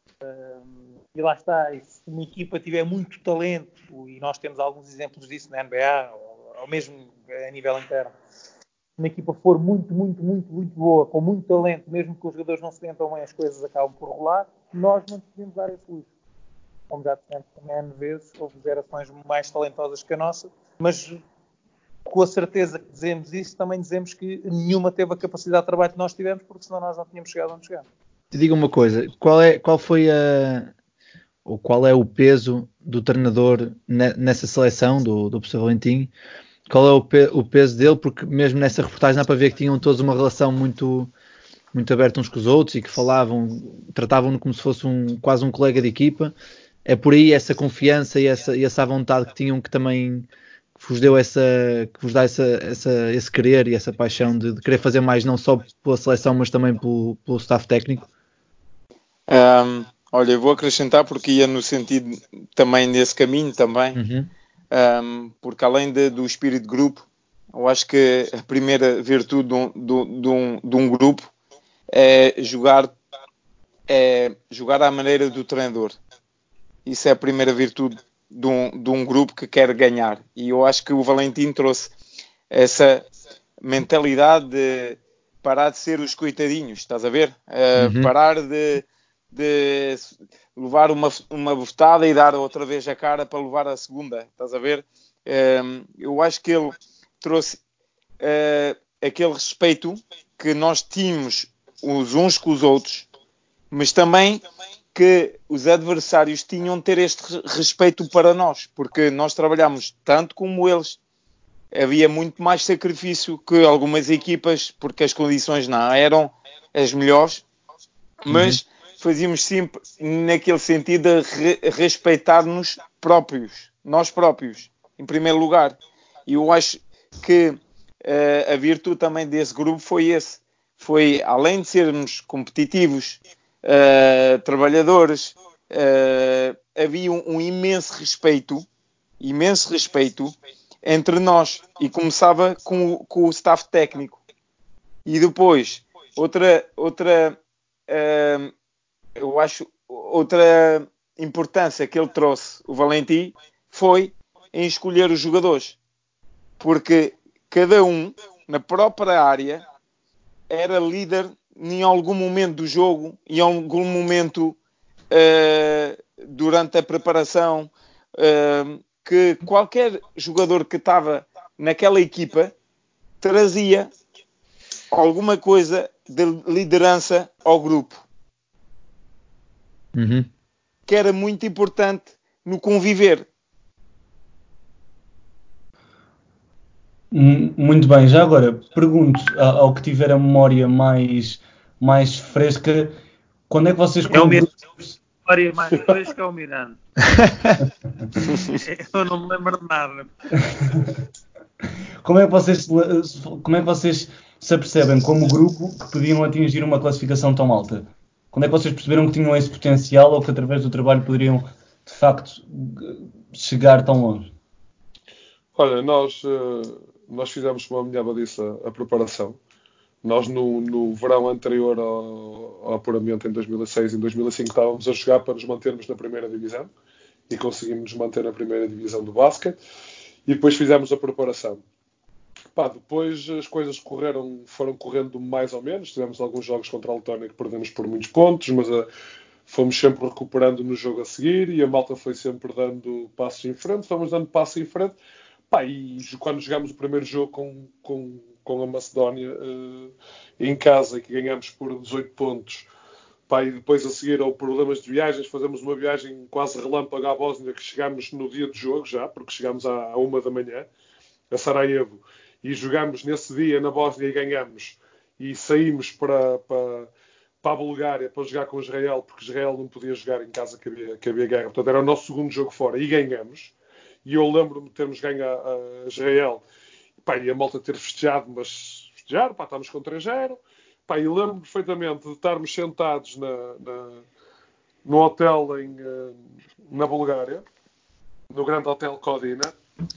um, e lá está, e se uma equipa tiver muito talento, e nós temos alguns exemplos disso na N B A ou, ou mesmo a nível interno, se uma equipa for muito, muito, muito, muito boa, com muito talento, mesmo que os jogadores não se tentam bem, as coisas acabam por rolar, nós não podemos dar esse luxo. Como já dissemos também N vezes, houve gerações mais talentosas que a nossa, mas com a certeza que dizemos isso, também dizemos que nenhuma teve a capacidade de trabalho que nós tivemos, porque senão nós não tínhamos chegado onde chegamos. Diga uma coisa, qual, é, qual foi a... ou qual é o peso do treinador nessa seleção do, do professor Valentim? Qual é o, pe, o peso dele? Porque mesmo nessa reportagem dá para ver que tinham todos uma relação muito, muito aberta uns com os outros e que falavam, tratavam-no como se fosse um, quase um colega de equipa. É por aí essa confiança e essa, e essa vontade que tinham que também... que vos deu essa, que vos dá essa, essa, esse querer e essa paixão de, de querer fazer mais não só pela seleção, mas também pelo, pelo staff técnico? Um, Olha, eu vou acrescentar porque ia no sentido também nesse caminho também, Uhum. um, porque além de, do espírito de grupo, eu acho que a primeira virtude de um, de, de um, de um grupo é jogar, é jogar à maneira do treinador. Isso é a primeira virtude de um, de um grupo que quer ganhar. E eu acho que o Valentim trouxe essa mentalidade de parar de ser os coitadinhos, estás a ver? Uh, Uhum. parar de, de levar uma, uma bofetada e dar outra vez a cara para levar a segunda, estás a ver? Uh, eu acho que ele trouxe uh, aquele respeito que nós tínhamos os uns com os outros, mas também que os adversários tinham de ter este respeito para nós, porque nós trabalhamos tanto como eles. Havia muito mais sacrifício que algumas equipas, porque as condições não eram as melhores, mas uhum. fazíamos sempre naquele sentido de re- respeitar-nos próprios, nós próprios, em primeiro lugar. E eu acho que uh, a virtude também desse grupo foi esse. Foi, além de sermos competitivos, uh, trabalhadores, uh, havia um, um imenso respeito, imenso respeito, entre nós, e começava com o, com o staff técnico. E depois, outra, outra uh, eu acho, outra importância que ele trouxe, o Valentim, foi em escolher os jogadores. Porque cada um, na própria área, era líder em algum momento do jogo, em algum momento uh, durante a preparação, uh, que qualquer jogador que estava naquela equipa trazia alguma coisa de liderança ao grupo. Uhum. Que era muito importante no conviver. Muito bem, já agora pergunto ao que tiver a memória mais, mais fresca, quando é que vocês É o como grupo... A memória mais fresca é o Miranda. Eu não me lembro de nada. Como é que vocês, como é que vocês se apercebem como grupo que podiam atingir uma classificação tão alta? Quando é que vocês perceberam que tinham esse potencial ou que através do trabalho poderiam de facto chegar tão longe? Olha, nós, nós fizemos, como a Minhava disse, a, a preparação. Nós no, no verão anterior ao, ao apuramento em dois mil e seis e em dois mil e cinco estávamos a jogar para nos mantermos na primeira divisão e conseguimos nos manter na primeira divisão do basquete e depois fizemos a preparação. Pá, depois as coisas correram, foram correndo mais ou menos, tivemos alguns jogos contra a Letónia que perdemos por muitos pontos, mas uh, fomos sempre recuperando no jogo a seguir e a malta foi sempre dando passos em frente, fomos dando passos em frente. Pá, e quando jogámos o primeiro jogo com, com, com a Macedónia uh, em casa, que ganhámos por dezoito pontos, pá, e depois a seguir ao problemas de viagens, fazemos uma viagem quase relâmpago à Bósnia, que chegámos no dia do jogo já, porque chegámos à, à uma da manhã, a Sarajevo, e jogámos nesse dia na Bósnia e ganhámos, e saímos para, para, para a Bulgária para jogar com Israel, porque Israel não podia jogar em casa, que havia, que havia guerra, portanto era o nosso segundo jogo fora, e ganhamos. E eu lembro-me de termos ganho a, a Israel, pá, e a malta ter festejado, mas festejar, pá, estamos com três a zero. Pá, e lembro-me perfeitamente de estarmos sentados na, na, no hotel em, na Bulgária, no grande hotel Kodina,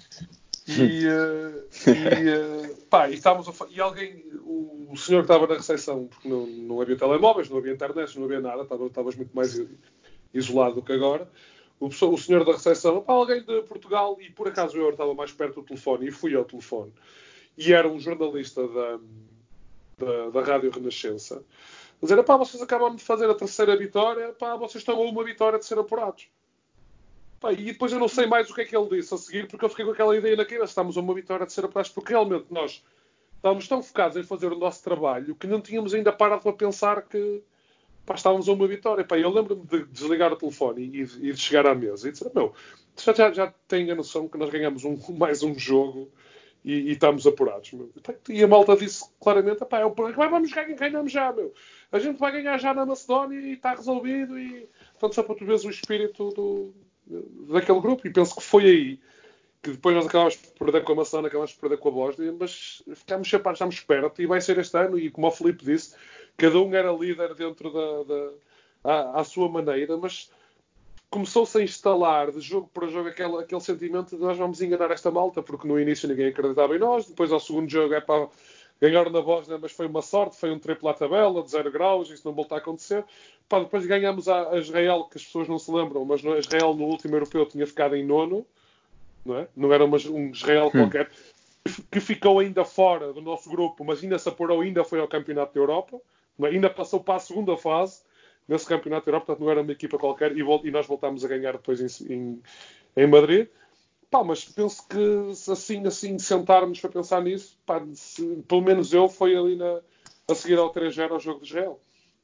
e, uh, e, uh, pá, e, estávamos a, e alguém, o, o senhor que estava na recepção, porque não, não havia telemóveis, não havia internet, não havia nada, estava, estavas muito mais isolado do que agora. O, o senhor da recepção, pá, alguém de Portugal, e por acaso eu estava mais perto do telefone, e fui ao telefone, e era um jornalista da, da, da Rádio Renascença, a dizer, pá, vocês acabam de fazer a terceira vitória, pá, vocês estão a uma vitória de ser apurados. Pá, e depois eu não sei mais o que é que ele disse a seguir, porque eu fiquei com aquela ideia na cabeça, estamos a uma vitória de ser apurados, porque realmente nós estávamos tão focados em fazer o nosso trabalho, que não tínhamos ainda parado para pensar que, pá, estávamos a uma vitória. Pá, eu lembro-me de desligar o telefone e, e de chegar à mesa e dizer, meu, já, já, já tenho a noção que nós ganhamos um, mais um jogo e, e estamos apurados. Meu. E a malta disse claramente, pá, é o vamos ganhar, ganhamos já, meu. A gente vai ganhar já na Macedónia e está resolvido. E, portanto, só para tu veres o espírito do, daquele grupo. E penso que foi aí que depois nós acabámos por perder com a Macedónia, acabámos por perder com a Bósnia, mas ficámos chapados, estamos perto e vai ser este ano. E como o Filipe disse, cada um era líder dentro da, da, à, à sua maneira, mas começou-se a instalar de jogo para jogo aquele, aquele sentimento de nós vamos enganar esta malta, porque no início ninguém acreditava em nós, depois ao segundo jogo é para ganhar na Bósnia, mas foi uma sorte, foi um triplo à tabela, de zero graus, isso não volta a acontecer. Pá, depois ganhamos a, a Israel, que as pessoas não se lembram, mas no, Israel no último europeu tinha ficado em nono, não é? Não era uma, um Israel hum. qualquer, que ficou ainda fora do nosso grupo, mas ainda se apurou, ainda foi ao Campeonato da Europa, não é? Ainda passou para a segunda fase nesse Campeonato da Europa, portanto não era uma equipa qualquer, e, volt, e nós voltámos a ganhar depois em, em, em Madrid. Pá, mas penso que se assim, assim sentarmos para pensar nisso, pá, se, pelo menos eu, foi ali na, a seguir ao três zero ao jogo de Israel.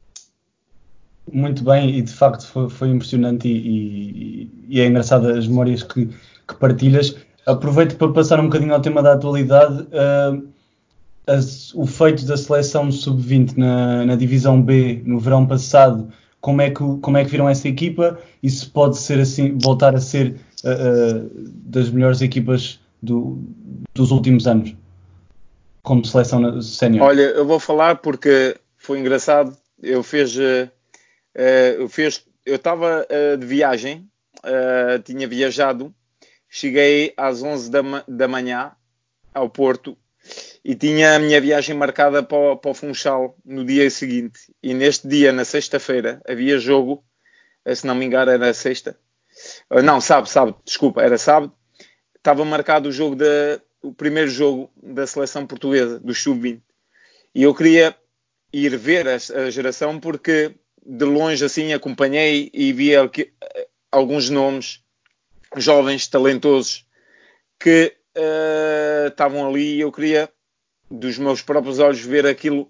Muito bem, e de facto foi, foi impressionante e, e, e é engraçado as memórias que, que partilhas. Aproveito para passar um bocadinho ao tema da atualidade. Uh, as, o feito da seleção sub vinte na, na divisão B no verão passado, como é, que, como é que viram essa equipa? E se pode ser assim, voltar a ser uh, uh, das melhores equipas do, dos últimos anos, como seleção sénior? Olha, eu vou falar porque foi engraçado. Eu fiz, uh, uh, eu fiz, eu estava uh, de viagem, uh, tinha viajado, cheguei às onze da, ma- da manhã ao Porto e tinha a minha viagem marcada para o, para o Funchal no dia seguinte. E neste dia, na sexta-feira, havia jogo, uh, se não me engano era sexta, uh, não, sábado, sábado, desculpa, era sábado. Estava marcado o jogo da, o primeiro jogo da seleção portuguesa, do sub vinte. E eu queria ir ver a, a geração porque de longe assim acompanhei e vi aqui, alguns nomes jovens, talentosos que uh, estavam ali e eu queria dos meus próprios olhos ver aquilo,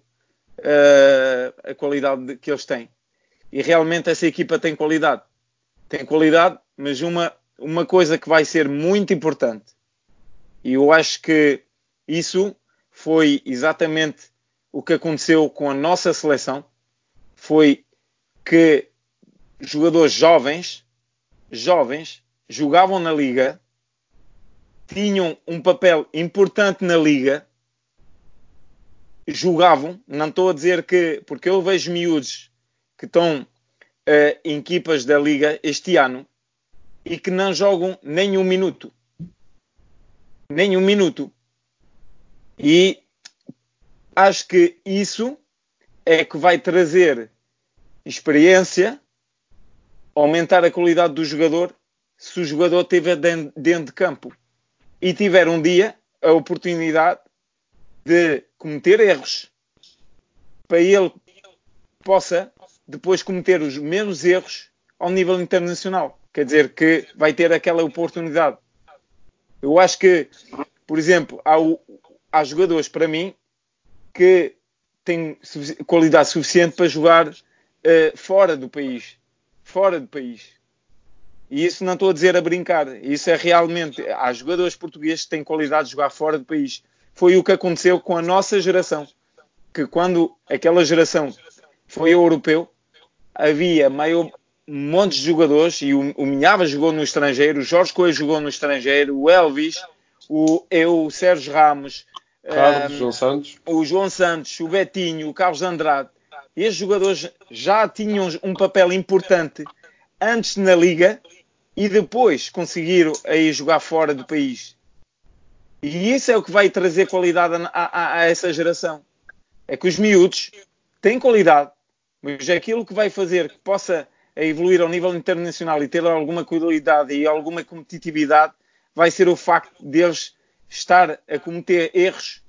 uh, a qualidade que eles têm. E realmente essa equipa tem qualidade. Tem qualidade, mas uma, uma coisa que vai ser muito importante, e eu acho que isso foi exatamente o que aconteceu com a nossa seleção, foi que jogadores jovens, jovens, jogavam na Liga, tinham um papel importante na Liga, jogavam, não estou a dizer que, porque eu vejo miúdos que estão uh, em equipas da Liga este ano e que não jogam nem um minuto. Nem um minuto. E acho que isso é que vai trazer experiência, aumentar a qualidade do jogador, se o jogador estiver dentro de campo e tiver um dia a oportunidade de cometer erros para ele possa depois cometer os mesmos erros ao nível internacional. Quer dizer que vai ter aquela oportunidade. Eu acho que, por exemplo, há, o, há jogadores para mim que têm qualidade suficiente para jogar uh, fora do país. Fora do país. E isso não estou a dizer a brincar. Isso é realmente... Há jogadores portugueses que têm qualidade de jogar fora do país. Foi o que aconteceu com a nossa geração. Que quando aquela geração foi ao europeu, havia meio um monte de jogadores, e o, o Minhava jogou no estrangeiro, o Jorge Coelho jogou no estrangeiro, o Elvis, o, eu, o Sérgio Ramos, Carlos, um, João Santos. o João Santos, o Betinho, o Carlos Andrade. Estes jogadores já tinham um papel importante antes na Liga e depois conseguiram aí jogar fora do país. E isso é o que vai trazer qualidade a, a, a essa geração. É que os miúdos têm qualidade, mas aquilo que vai fazer que possa evoluir ao nível internacional e ter alguma qualidade e alguma competitividade vai ser o facto deles estar a cometer erros.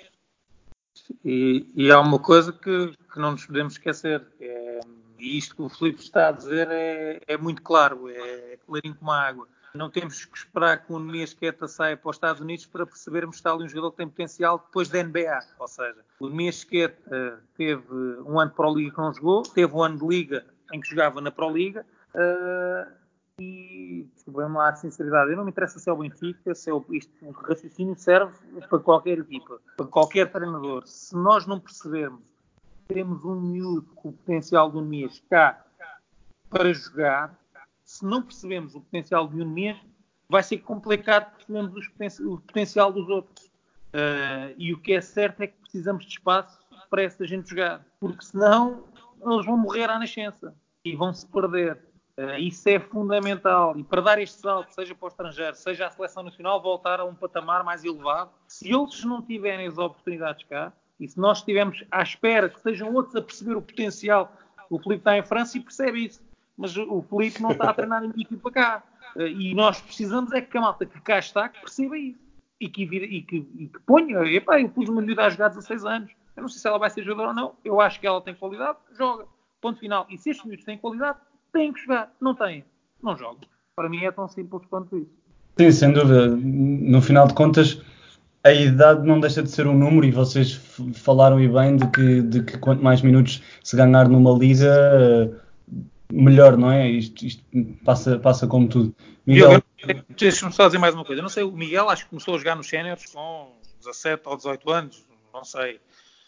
E, e há uma coisa que, que não nos podemos esquecer, é, e isto que o Filipe está a dizer é, é muito claro, é, é clarinho como a água. Não temos que esperar que o Nemias Queta saia para os Estados Unidos para percebermos que está ali um jogador que tem potencial depois da N B A. Ou seja, o Nemias Queta teve um ano de Pro-Liga que não jogou, teve um ano de Liga em que jogava na Pro-Liga, uh, e, desculpem-me lá a sinceridade, eu não me interessa se é o Benfica, se é o, isto, o raciocínio serve para qualquer equipa, para qualquer treinador. Se nós não percebermos que temos um miúdo com o potencial do Nemias cá para jogar, se não percebemos o potencial de um mesmo, vai ser complicado percebermos os poten- o potencial dos outros. Uh, e o que é certo é que precisamos de espaço para essa gente jogar, porque senão eles vão morrer à nascença. e vão-se perder. Uh, isso é fundamental. E para dar este salto, seja para o estrangeiro, seja à seleção nacional, voltar a um patamar mais elevado. Se eles não tiverem as oportunidades cá, e se nós estivermos à espera que sejam outros a perceber o potencial, o Filipe está em França e percebe isso. Mas o Filipe não está a treinar em equipa cá. Uh, e nós precisamos é que a malta que cá está, que perceba isso. E que, e que, e que ponha. Epá, eu pus uma miúda a jogar dezasseis anos. Eu não sei se ela vai ser jogadora ou não. Eu acho que ela tem qualidade. Joga. Ponto final. E se estes miúdos têm qualidade, têm que jogar. Não têm. Não jogam. Para mim é tão simples quanto isso. Sim, sem dúvida. No final de contas, a idade não deixa de ser um número e vocês f- falaram e bem de que, de que quanto mais minutos se ganhar numa liga, melhor, não é? Isto, isto passa, passa como tudo. Miguel... Deixa-me só dizer mais uma coisa. Eu não sei, o Miguel acho que começou a jogar nos séniores com dezassete ou dezoito anos. Não sei.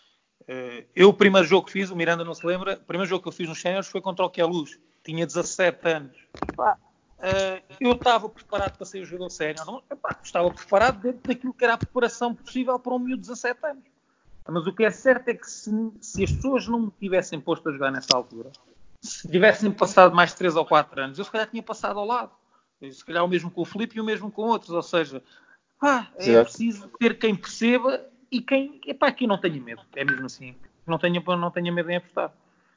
Eu, o primeiro jogo que fiz, o Miranda não se lembra, o primeiro jogo que eu fiz nos séniores foi contra o Queluz. Tinha dezassete anos. Epá, uh, eu estava preparado para ser o jogador sénior. Não, epá, estava preparado dentro daquilo que era a preparação possível para um miúdo de dezassete anos. Mas o que é certo é que se, se as pessoas não me tivessem posto a jogar nessa altura, se tivessem passado mais três ou quatro anos, eu se calhar tinha passado ao lado. Se calhar o mesmo com o Filipe e o mesmo com outros. Ou seja, pá, é Exato. preciso ter quem perceba e quem, epá, quem não tenha medo. É mesmo assim. Não tenha, não tenha medo em apostar.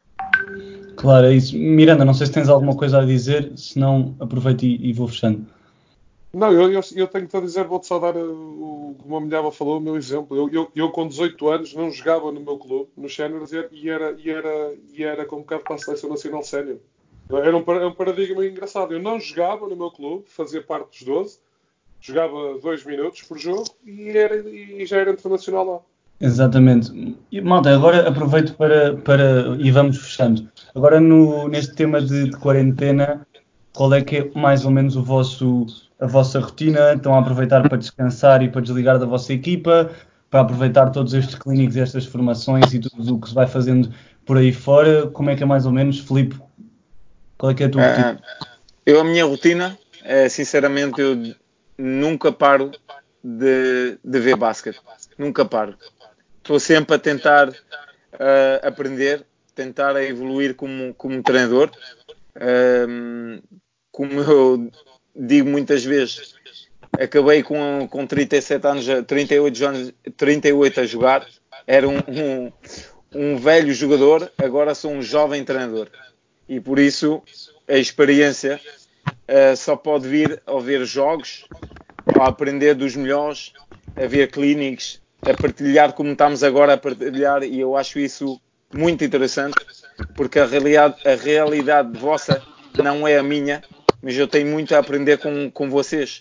Claro, é isso. Miranda, não sei se tens alguma coisa a dizer, se não aproveito e, e vou fechando. Não, eu, eu, eu tenho-te a dizer, vou-te só dar o que o Mamilhava falou, o meu exemplo. Eu, eu, eu com dezoito anos não jogava no meu clube, nos séniores, e era, e, era, e era convocado para a Seleção Nacional Sénior. Era um, era um paradigma engraçado. Eu não jogava no meu clube, fazia parte dos doze, jogava dois minutos por jogo e, era, e já era internacional lá. Exatamente. E, malta, agora aproveito para, para e vamos fechando. Agora no, neste tema de, de quarentena, qual é que é mais ou menos o vosso, a vossa rotina? Estão a aproveitar para descansar e para desligar da vossa equipa, para aproveitar todos estes clínicos, estas formações e tudo o que se vai fazendo por aí fora? Como é que é mais ou menos, Filipe? Qual é que é a tua rotina? Uh, eu, a minha rotina, é, sinceramente, eu nunca paro de, de ver basquete. Nunca paro. Estou sempre a tentar uh, aprender, tentar a evoluir como, como treinador. Um, como eu digo muitas vezes, acabei com, com trinta e sete anos, trinta e oito anos, trinta e oito a jogar. Era um, um, um velho jogador, agora sou um jovem treinador. E por isso a experiência uh, só pode vir ao ver jogos, a aprender dos melhores, a ver clínicos, a partilhar como estamos agora a partilhar, e eu acho isso muito interessante, porque a realidade, a realidade vossa não é a minha, mas eu tenho muito a aprender com, com vocês.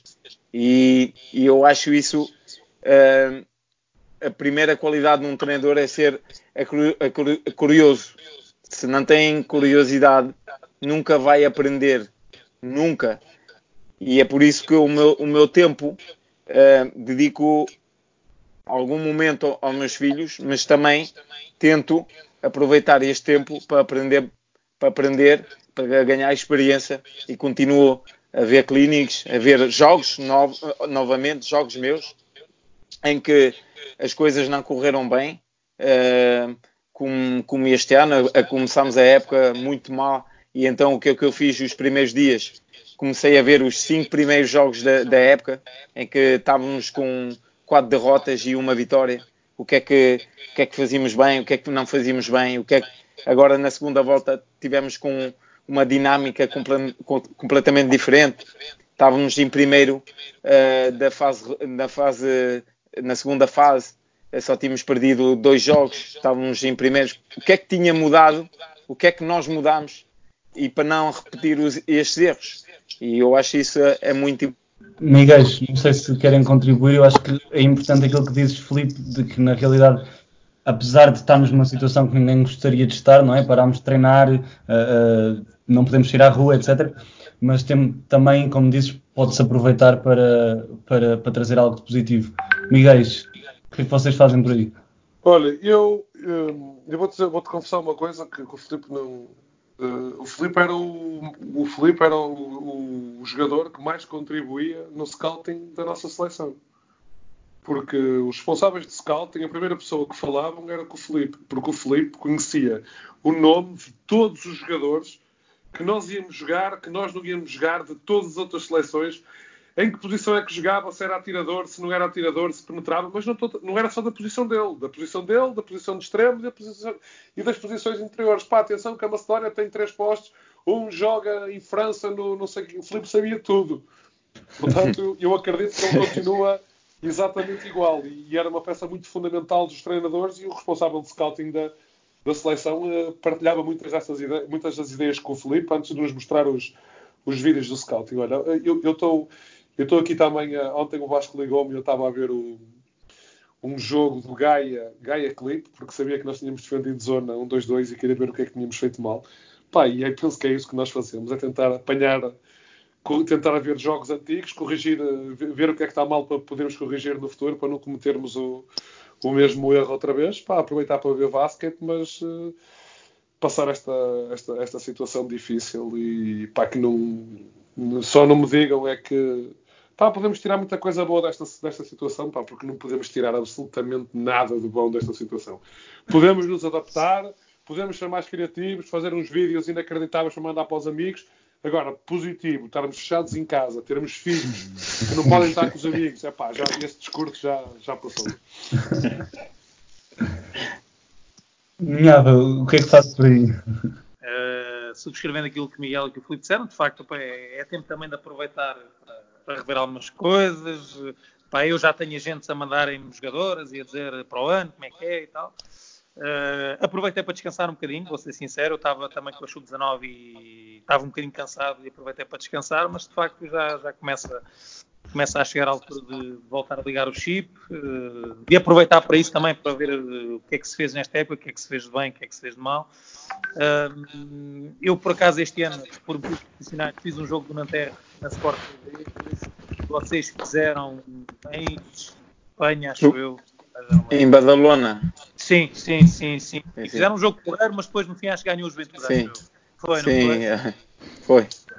E, e eu acho isso, uh, a primeira qualidade de um treinador é ser a, a, a curioso. Se não tem curiosidade, nunca vai aprender. Nunca. E é por isso que o meu, o meu tempo uh, dedico algum momento aos meus filhos, mas também tento aproveitar este tempo para aprender, para aprender, para ganhar experiência, e continuo a ver clínicos, a ver jogos novo, novamente, jogos meus, em que as coisas não correram bem, uh, como, como este ano, a, a começamos a época muito mal, e então o que, o que eu fiz os primeiros dias, comecei a ver os cinco primeiros jogos da, da época, em que estávamos com quatro derrotas e uma vitória. O que é que, o que é que fazíamos bem, o que é que não fazíamos bem, o que é que agora na segunda volta tivemos com uma dinâmica comple- completamente diferente. Estávamos em primeiro uh, da fase, na fase, na segunda fase, só tínhamos perdido dois jogos, estávamos em primeiros. O que é que tinha mudado? O que é que nós mudámos? E para não repetir os, estes erros. E eu acho isso é, é muito importante. Miguéis, não sei se querem contribuir, eu acho que é importante aquilo que dizes, Filipe, de que na realidade, apesar de estarmos numa situação que ninguém gostaria de estar, não é? Parámos de treinar, uh, uh, não podemos ir à rua, etcétera. Mas tem, também, como dizes, pode-se aproveitar para, para, para trazer algo de positivo. Miguéis, o que é que vocês fazem por aí? Olha, eu, eu vou-te, vou-te confessar uma coisa que, que o Filipe não... Uh, o Filipe era, o, o, Filipe era o, o jogador que mais contribuía no scouting da nossa seleção. Porque os responsáveis de scouting, a primeira pessoa que falavam era com o Filipe, porque o Filipe conhecia o nome de todos os jogadores que nós íamos jogar, que nós não íamos jogar de todas as outras seleções. Em que posição é que jogava, se era atirador, se não era atirador, se penetrava, mas não, não era só da posição dele, da posição dele, da posição de extremo e, da posição, e das posições interiores. Pá, atenção que a Macedónia tem três postos, um joga em França, no, não sei o que, o Filipe sabia tudo. Portanto, eu, eu acredito que ele continua exatamente igual. E, e era uma peça muito fundamental dos treinadores, e o responsável de scouting da, da seleção uh, partilhava muitas, dessas ideias, muitas das ideias com o Filipe antes de nos mostrar os, os vídeos do scouting. Olha, eu estou... Eu estou aqui também, ontem o Vasco ligou-me e eu estava a ver o, um jogo do Gaia, Gaia Clip, porque sabia que nós tínhamos defendido zona um dois dois e queria ver o que é que tínhamos feito mal. Pá, e aí penso que é isso que nós fazemos, é tentar apanhar, tentar ver jogos antigos, corrigir, ver o que é que está mal para podermos corrigir no futuro, para não cometermos o, o mesmo erro outra vez. Pá, aproveitar para ver basquete, mas uh, passar esta, esta, esta situação difícil e pá, que não, só não me digam é que pá, podemos tirar muita coisa boa desta, desta situação, pá, porque não podemos tirar absolutamente nada de bom desta situação. Podemos nos adaptar, podemos ser mais criativos, fazer uns vídeos inacreditáveis para mandar para os amigos. Agora, positivo, estarmos fechados em casa, termos filhos que não podem estar com os amigos, é pá, já, esse discurso já, já passou. Minhava, o que é que fazes por aí? Uh, subscrevendo aquilo que o Miguel e que o Filipe disseram, de facto, pá, é, é tempo também de aproveitar para, para rever algumas coisas. Pá, eu já tenho agentes a mandarem jogadoras e a dizer para o ano como é que é e tal. Uh, aproveitei para descansar um bocadinho, vou ser sincero, eu estava também com a sub dezanove e estava um bocadinho cansado e aproveitei para descansar, mas de facto já, já começa, começa a chegar a altura de voltar a ligar o chip, uh, e aproveitar para isso também, para ver uh, o que é que se fez nesta época, o que é que se fez de bem, o que é que se fez de mal. Uh, eu, por acaso, este ano, por motivos profissionais, fiz um jogo do Nanterre na Sport T V, vocês fizeram em Espanha, acho eu. Em Badalona. Sim, sim, sim, sim. Sim, E sim. fizeram um jogo porreiro, mas depois no fim acho que ganhou os Juventude. Sim. Acho eu. Foi, não Sim, foi? é. Foi.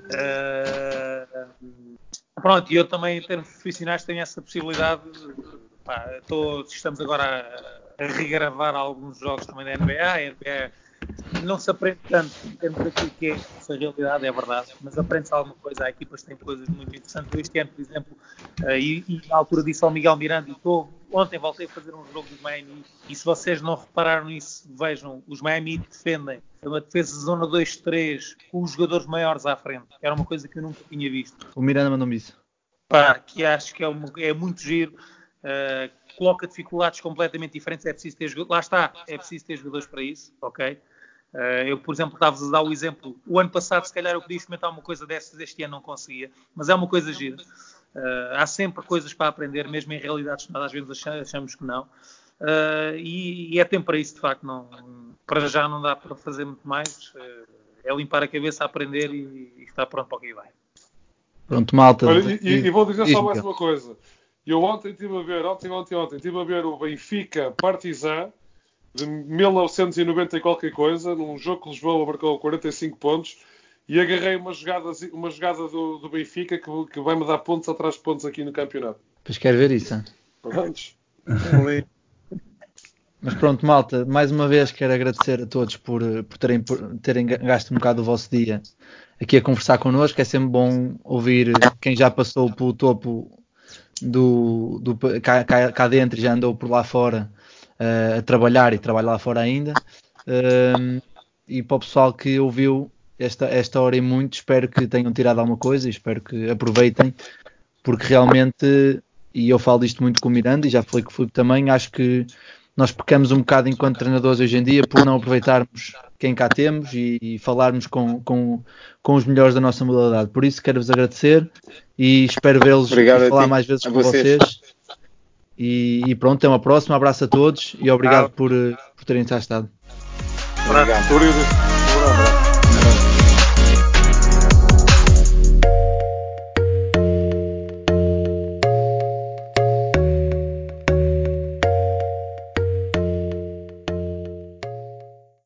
Uh, pronto, e eu também, em termos profissionais, tenho essa possibilidade. Pá, tô, estamos agora a, a regravar alguns jogos também da N B A. A N B A não se aprende tanto em termos daquilo que é essa realidade, é verdade, mas aprende-se alguma coisa. Há equipas que têm coisas muito interessantes. Eu este ano, por exemplo, uh, e, e na altura disse ao Miguel Miranda, e tô, ontem voltei a fazer um jogo dos Miami, e se vocês não repararam nisso, vejam, os Miami defendem uma defesa de zona dois três com os jogadores maiores à frente, que era uma coisa que eu nunca tinha visto. O Miranda mandou-me isso. Pá, que acho que é, uma, é muito giro, uh, coloca dificuldades completamente diferentes, é preciso ter jogadores, lá está, é preciso ter jogadores para isso, ok? Uh, eu, por exemplo, estava-vos a dar o exemplo, o ano passado se calhar eu podia experimentar uma coisa dessas, este ano não conseguia, mas é uma coisa gira. Uh, há sempre coisas para aprender, mesmo em realidades que nós às vezes achamos que não. Uh, e, e é tempo para isso, de facto. Não, para já não dá para fazer muito mais. Uh, é limpar a cabeça, aprender e, e estar pronto para o que vai. Pronto, malta. Olha, e, e, e vou dizer só mais Miguel. uma coisa. Eu ontem estive a ver, ontem, ontem, ontem, estive a ver o Benfica Partizan de mil novecentos e noventa e qualquer coisa, num jogo que Lisboa marcou quarenta e cinco pontos, e agarrei uma jogada, uma jogada do, do Benfica que, que vai-me dar pontos atrás de pontos aqui no campeonato. Pois quero ver isso. Hein? Prontos. Mas pronto, malta, mais uma vez quero agradecer a todos por, por, terem, por terem gasto um bocado do vosso dia aqui a conversar connosco. É sempre bom ouvir quem já passou pelo topo do, do cá, cá, cá dentro e já andou por lá fora uh, a trabalhar e trabalha lá fora ainda. Uh, e para o pessoal que ouviu esta, esta hora e muito, espero que tenham tirado alguma coisa e espero que aproveitem, porque realmente, e eu falo disto muito com o Miranda e já falei com o Filipe também, acho que nós pecamos um bocado enquanto treinadores hoje em dia por não aproveitarmos quem cá temos e, e falarmos com, com, com os melhores da nossa modalidade. Por isso quero-vos agradecer e espero vê-los e falar mais vezes a com vocês. vocês. E, e pronto, até uma próxima. Um abraço a todos e obrigado por, por terem estado. Obrigado.